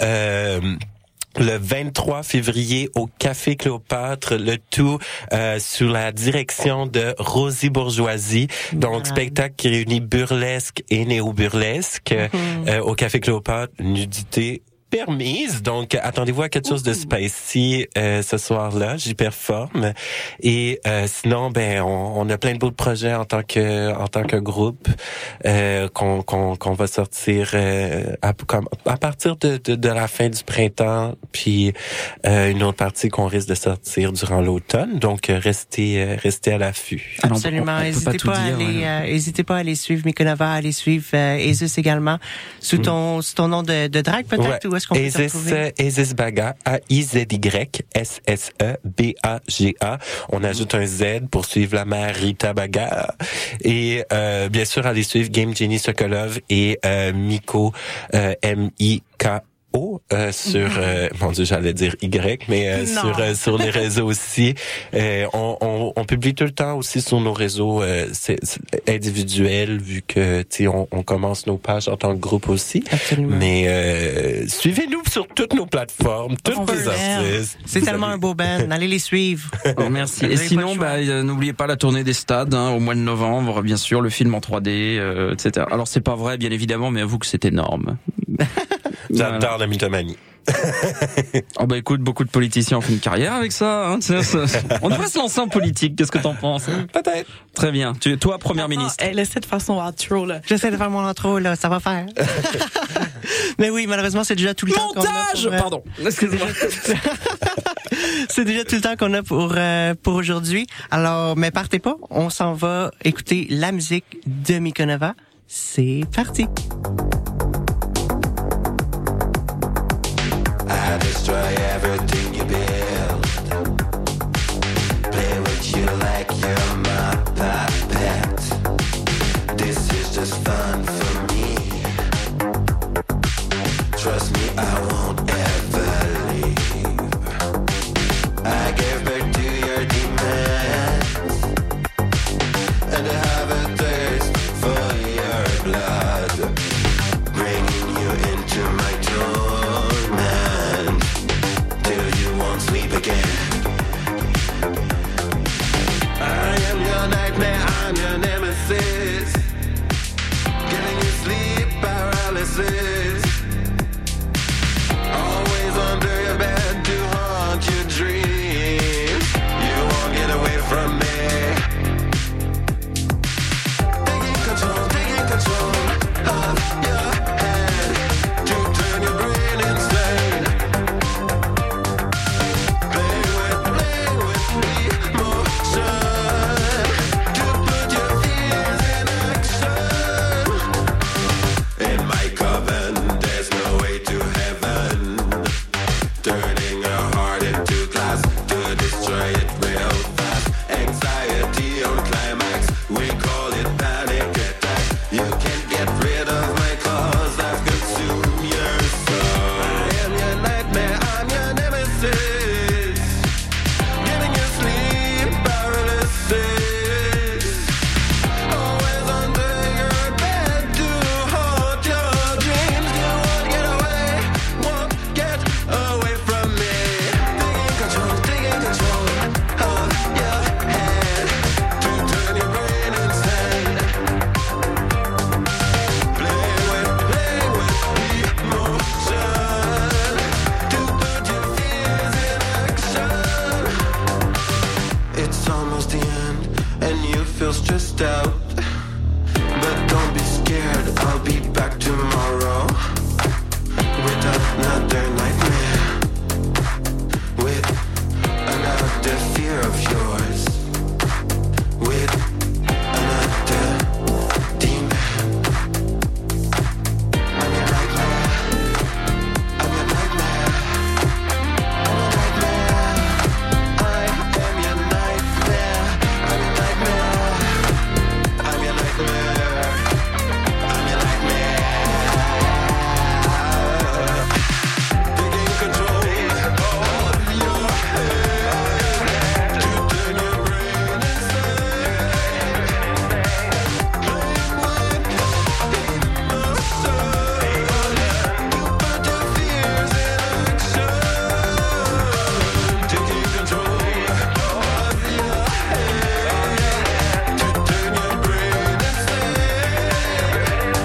le 23 février au Café Cléopâtre, le tout sous la direction de Rosie Bourgeoisie. Donc, spectacle qui réunit burlesque et néo-burlesque au Café Cléopâtre, nudité permise. Donc, attendez-vous à quelque chose de spicy ce soir-là. J'y performe. Et sinon, on a plein de beaux projets en tant que groupe qu'on va sortir à partir de la fin du printemps, puis une autre partie qu'on risque de sortir durant l'automne. Donc, restez à l'affût. Absolument. N'hésitez pas à aller suivre Mikonova, à aller suivre Ezus également sous ton nom de drag peut-être, ou est-ce qu'on peut te retrouver? Ezus Baga, AIZY-SSEBAGA. On ajoute un Z pour suivre la mère Rita Baga. Et bien sûr, allez suivre Game Jenny Sokolov et Miko M-I-K sur mon Dieu, j'allais dire Y, mais sur les réseaux aussi. On publie tout le temps aussi sur nos réseaux individuels, vu que on commence nos pages en tant que groupe aussi. Absolument. Mais suivez-nous sur toutes nos plateformes, toutes les artistes. C'est tellement un beau band, allez les suivre. Oh, merci. Et sinon, n'oubliez pas la tournée des stades au mois de novembre, bien sûr, le film en 3D, etc. Alors c'est pas vrai, bien évidemment, mais avoue que c'est énorme. J'adore la mythomanie. Oh écoute, beaucoup de politiciens ont fait une carrière avec ça. Hein, on devrait se lancer en politique. Qu'est-ce que t'en penses? Peut-être. Très bien. Toi, première ministre. Elle essaie de faire son outro là. J'essaie de faire mon outro là, ça va faire. Mais oui, malheureusement, c'est déjà tout le temps qu'on a. Montage. Pardon. Excuse-moi. C'est déjà tout le temps qu'on a pour aujourd'hui. Alors, mais partez pas, on s'en va écouter la musique de Mikonova. C'est parti. I destroy everything you build. Play with you like you're my puppet. This is just fun for me. Trust me, I won't ever leave. I gave back to your demands, and I have a thirst for your blood. nemesis. Always under your bed to haunt your dreams. You won't get away from me. Taking control of your head to turn your brain insane. Playing with emotion to put your fears in action. In my coven, there's no way to heaven. Turning a heart into glass to destroy it real fast. Anxiety on climax, we call it panic attack. You can't get rid of my cause, I've consumed your soul. I am your nightmare, I'm your nemesis. Giving you sleep paralysis. Always under your bed to haunt your dreams. You won't get away from me. Taking control of your head to turn your brain insane. Playing with emotion to put your fears in action. It's almost the end and you feel stressed out. But don't be scared, I'll be back tomorrow with another nightmare, with another fear of yours, with another demon. I'm your nightmare. I'm your nightmare. I'm your nightmare. I am your nightmare. I'm your nightmare. I'm your nightmare. I'm your nightmare. Taking control of your head to turn your brain insane. Playing with emotion to put your fears in action. Taking control of your head to turn your brain insane.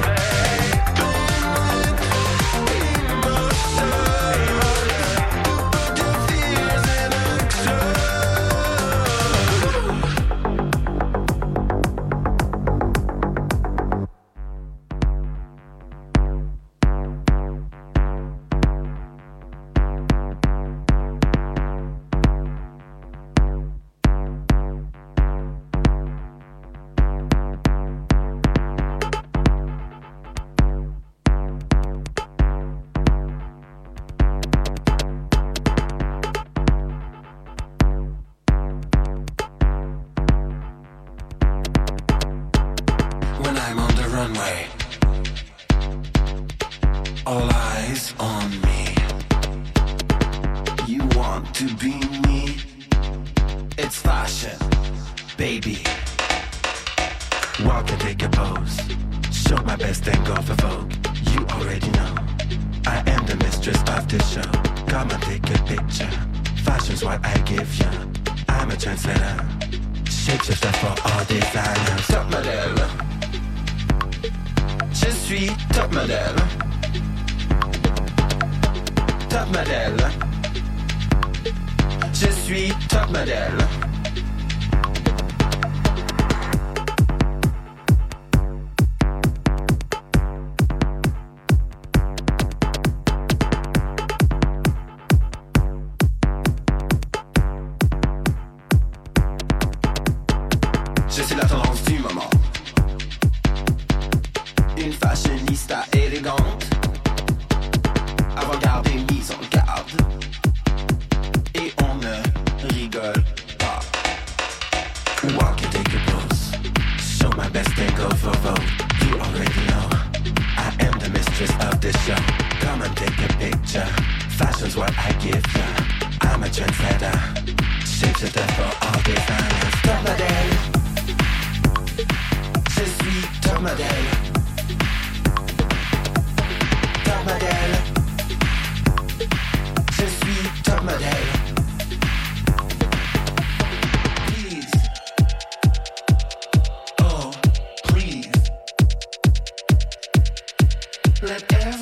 When I'm on the runway, all eyes on me. You want to be me? It's fashion, baby. Walk and take a pose. Show my best and go for Vogue. You already know I am the mistress of the show. Come and take a picture. Fashion's what I give you. I'm a trendsetter. Shapeshifter for all designers. Top model. Je suis top model. Top model. Je suis top model. Je suis la tendance du moment. Une fashionista élégante, avant-garde et mise en garde. Et on ne rigole pas. Walk and take your pose. Show my best and go for Vogue. You already know I am the mistress of the show. Come and take a picture. Fashion's what I give ya. I'm a trendsetter. Shapeshifter for all designers. Top model. Je suis top model. Top model. Je suis top model. Please. Oh, please. Let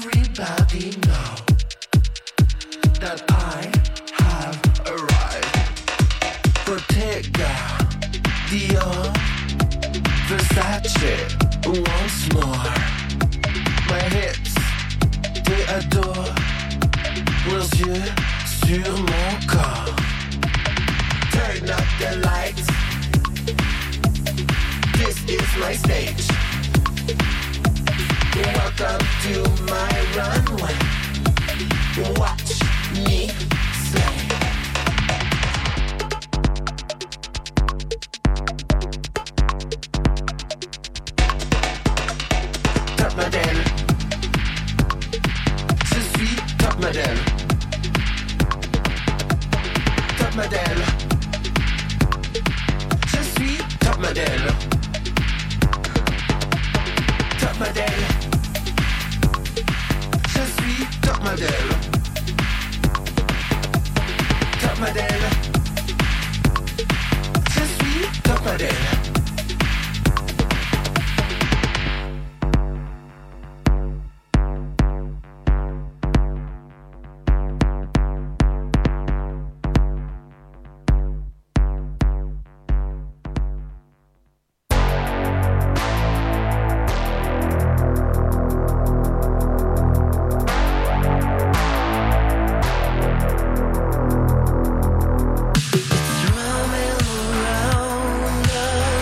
he know that I have arrived? Bottega, Dior, Versace, once more. My hips, they adore. Leurs yeux sur mon corps. Turn up the lights. This is my stage. Welcome to my runway. Watch me slay. Top modèle. Je suis top modèle. Top modèle. Je suis top modèle. Top modèle. Je suis top modèle. Top modèle. Je suis top modèle. Roaming around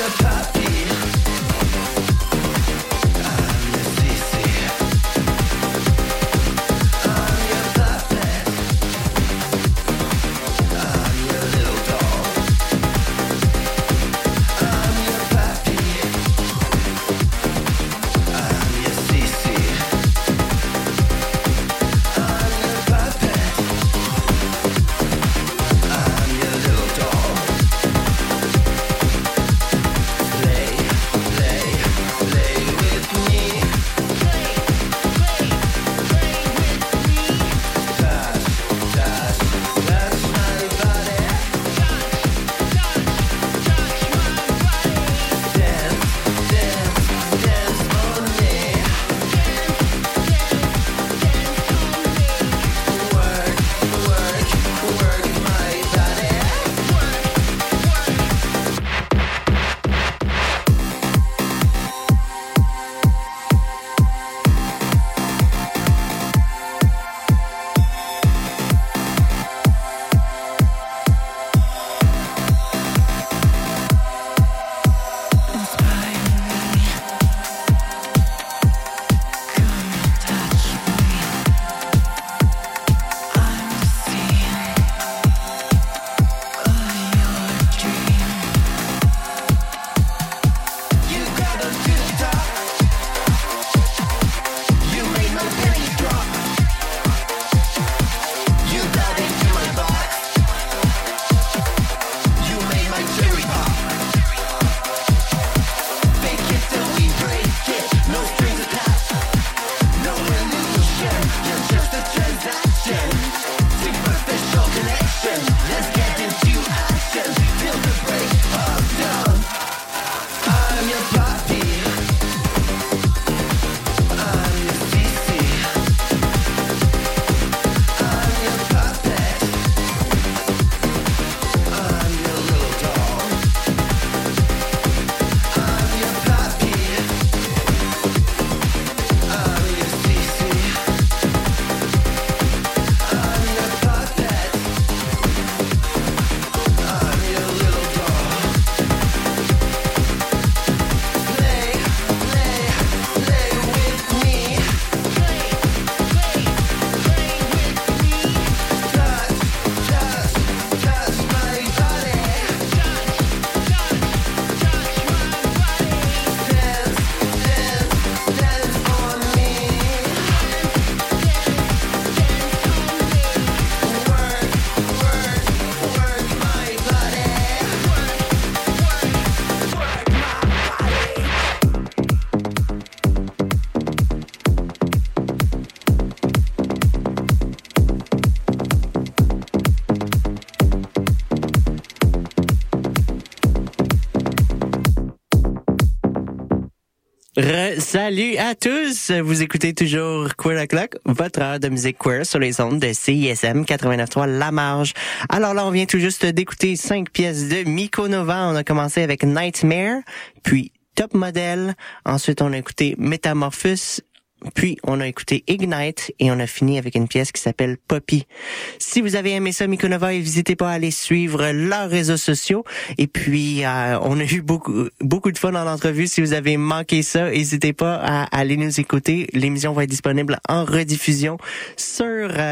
Salut à tous! Vous écoutez toujours Queer O'Clock, votre heure de musique queer sur les ondes de CISM 89.3 La Marge. Alors là, on vient tout juste d'écouter 5 pièces de Miko Nova. On a commencé avec Nightmare, puis Top Model. Ensuite, on a écouté Metamorphosis. Puis, on a écouté Ignite et on a fini avec une pièce qui s'appelle Poppy. Si vous avez aimé ça, Miko Nova, n'hésitez pas à aller suivre leurs réseaux sociaux. Et puis, on a eu beaucoup de fun dans l'entrevue. Si vous avez manqué ça, n'hésitez pas à aller nous écouter. L'émission va être disponible en rediffusion sur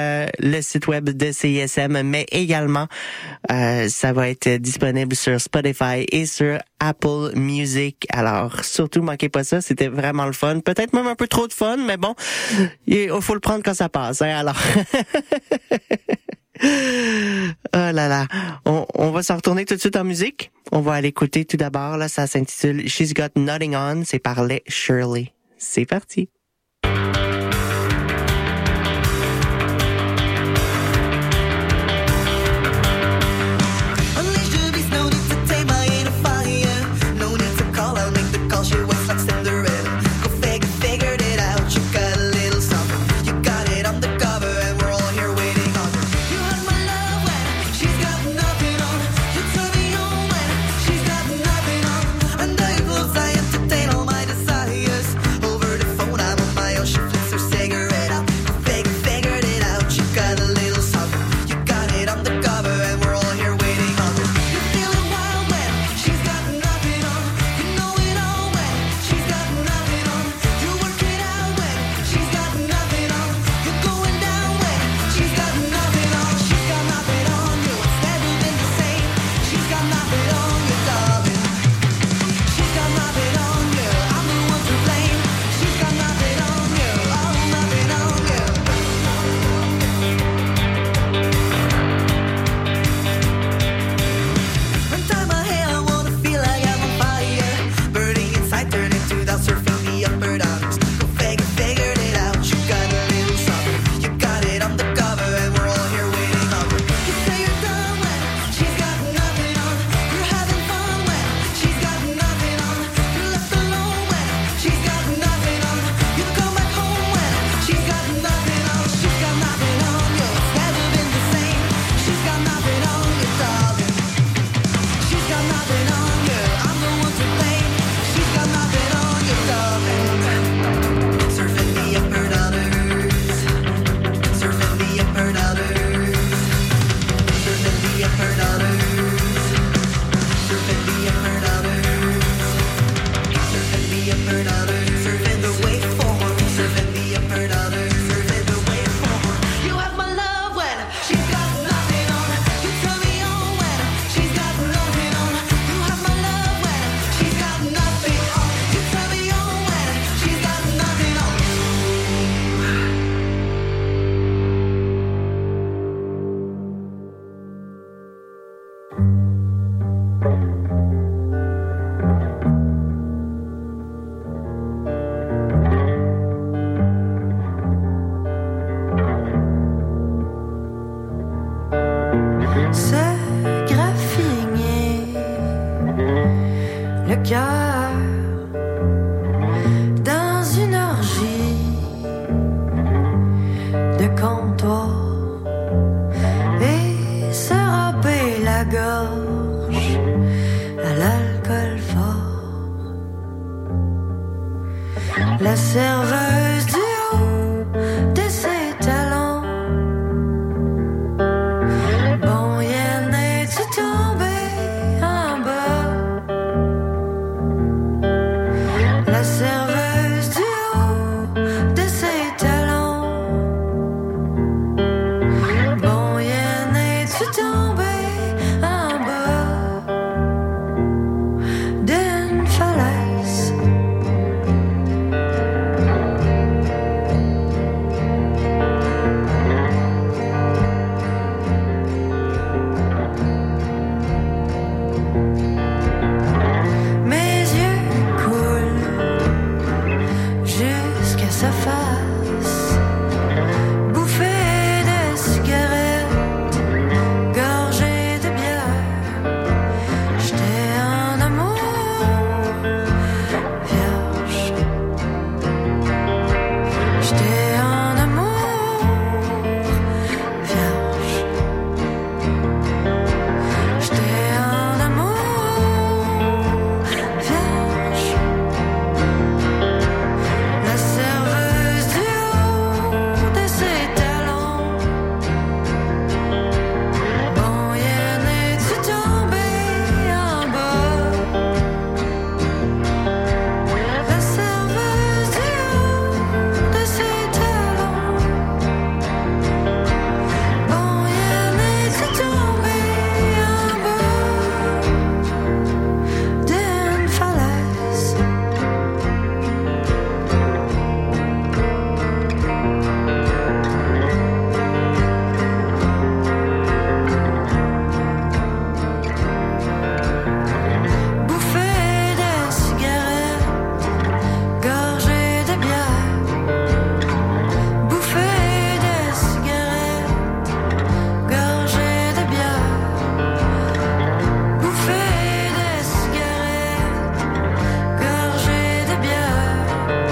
le site web de CISM, mais également, ça va être disponible sur Spotify et sur Apple Music. Alors, surtout, manquez pas ça. C'était vraiment le fun. Peut-être même un peu trop de fun, mais bon, il faut le prendre quand ça passe. Hein, alors, oh là là. On va s'en retourner tout de suite en musique. On va aller écouter tout d'abord. Là, ça s'intitule She's Got Nothing On. C'est par Les Shirley. C'est parti. Over the phone, I'm le cœur dans une orgie de comptoir et se râper la gorge à l'alcool fort. La serveuse du haut de ses talons, bon y'en est-tu tombé en bas? La serveuse du haut de ses talons, bon y'en est-tu tombé en bas d'une falaise? Mes yeux coulent jusqu'à sa face, bouffée de cigarettes, gorgée de bière. J'étais en amour vierge. J'étais en amour vierge. J'étais en amour vierge. La serveuse du haut de ses talons, bon y'en est-tu tombé en bas? La serveuse du haut de ses talons, bon y'en est-tu tombé en bas d'une falaise? Bouffée de cigarettes, gorgée de bière. Bouffée de cigarettes, gorgée de bière. Bouffée de cigarettes, gorgée de bière.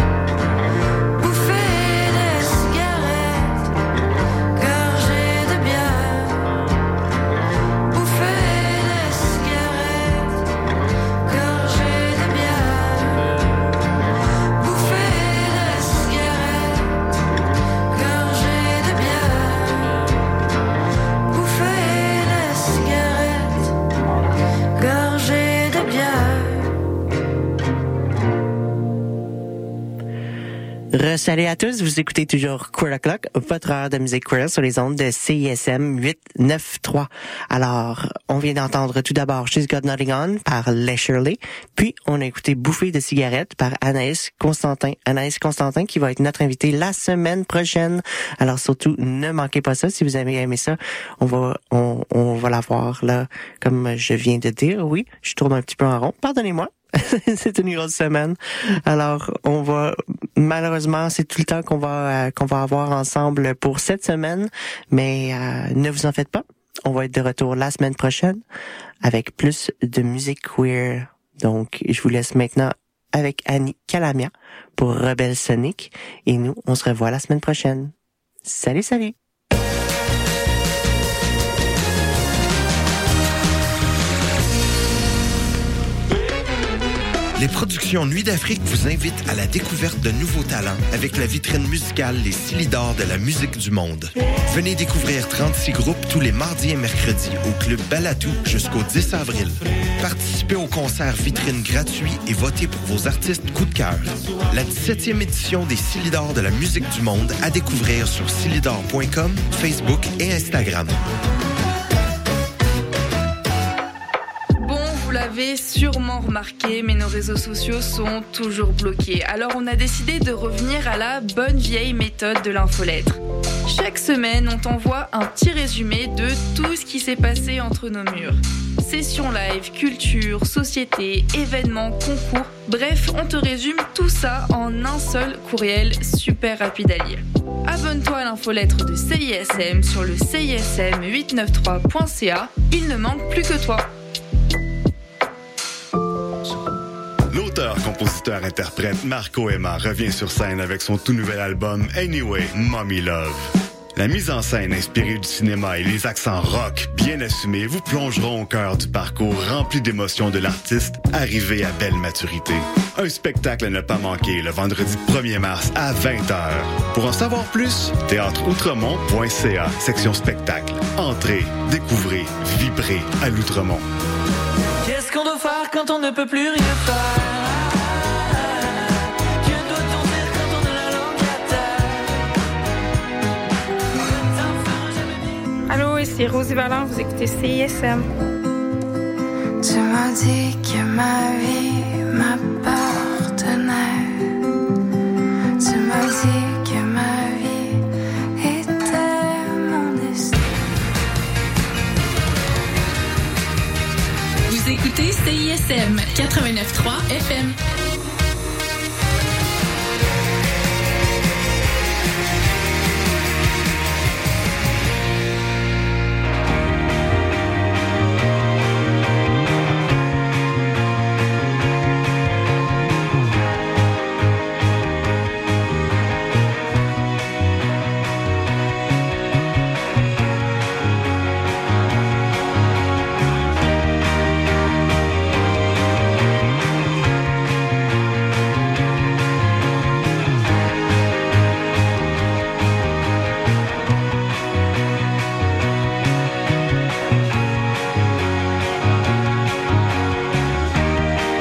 Bouffée de cigarettes, gorgée de bière. Bouffée de cigarettes, gorgée de bière. Bouffée de cigarettes, gorgée de bière. Bouffée de cigarettes, gorgée de bière. Salut à tous, vous écoutez toujours Queer O'Clock, votre heure de musique queer sur les ondes de CISM 893. Alors, on vient d'entendre tout d'abord She's Got Nothing On par Les Shirley, puis on a écouté Bouffée de cigarettes par Anaïs Constantin. Anaïs Constantin qui va être notre invitée la semaine prochaine. Alors surtout, ne manquez pas ça. Si vous avez aimé ça, on va la voir là, comme je viens de dire. Oui, je tourne un petit peu en rond. Pardonnez-moi. C'est une grosse semaine. Alors, malheureusement, c'est tout le temps qu'on va avoir ensemble pour cette semaine. Mais ne vous en faites pas. On va être de retour la semaine prochaine avec plus de musique queer. Donc, je vous laisse maintenant avec Annie Calamia pour Rebelle Sonic. Et nous, on se revoit la semaine prochaine. Salut, salut! Les productions Nuit d'Afrique vous invitent à la découverte de nouveaux talents avec la vitrine musicale Les Silidors de la musique du monde. Venez découvrir 36 groupes tous les mardis et mercredis au Club Balatou jusqu'au 10 avril. Participez au concert vitrine gratuit et votez pour vos artistes coup de cœur. La 17e édition des Silidors de la musique du monde à découvrir sur silidor.com, Facebook et Instagram. Vous l'avez sûrement remarqué, mais nos réseaux sociaux sont toujours bloqués. Alors on a décidé de revenir à la bonne vieille méthode de l'infolettre. Chaque semaine, on t'envoie un petit résumé de tout ce qui s'est passé entre nos murs. Sessions live, culture, société, événements, concours. Bref, on te résume tout ça en un seul courriel super rapide à lire. Abonne-toi à l'infolettre de CISM sur le CISM893.ca. Il ne manque plus que toi. compositeur-interprète Marco Emma revient sur scène avec son tout nouvel album Anyway, Mommy Love. La mise en scène inspirée du cinéma et les accents rock bien assumés vous plongeront au cœur du parcours rempli d'émotions de l'artiste arrivé à belle maturité. Un spectacle à ne pas manquer le vendredi 1er mars à 20h. Pour en savoir plus, théâtreoutremont.ca, section spectacle. Entrez, découvrez, vibrez à l'Outremont. Qu'est-ce qu'on doit faire quand on ne peut plus rien faire? Allô, ici Rosie Vallant, vous écoutez CISM. Tu m'as dit que ma vie m'appartenait. Tu m'as dit que ma vie était mon destin. Vous écoutez CISM 89.3 FM.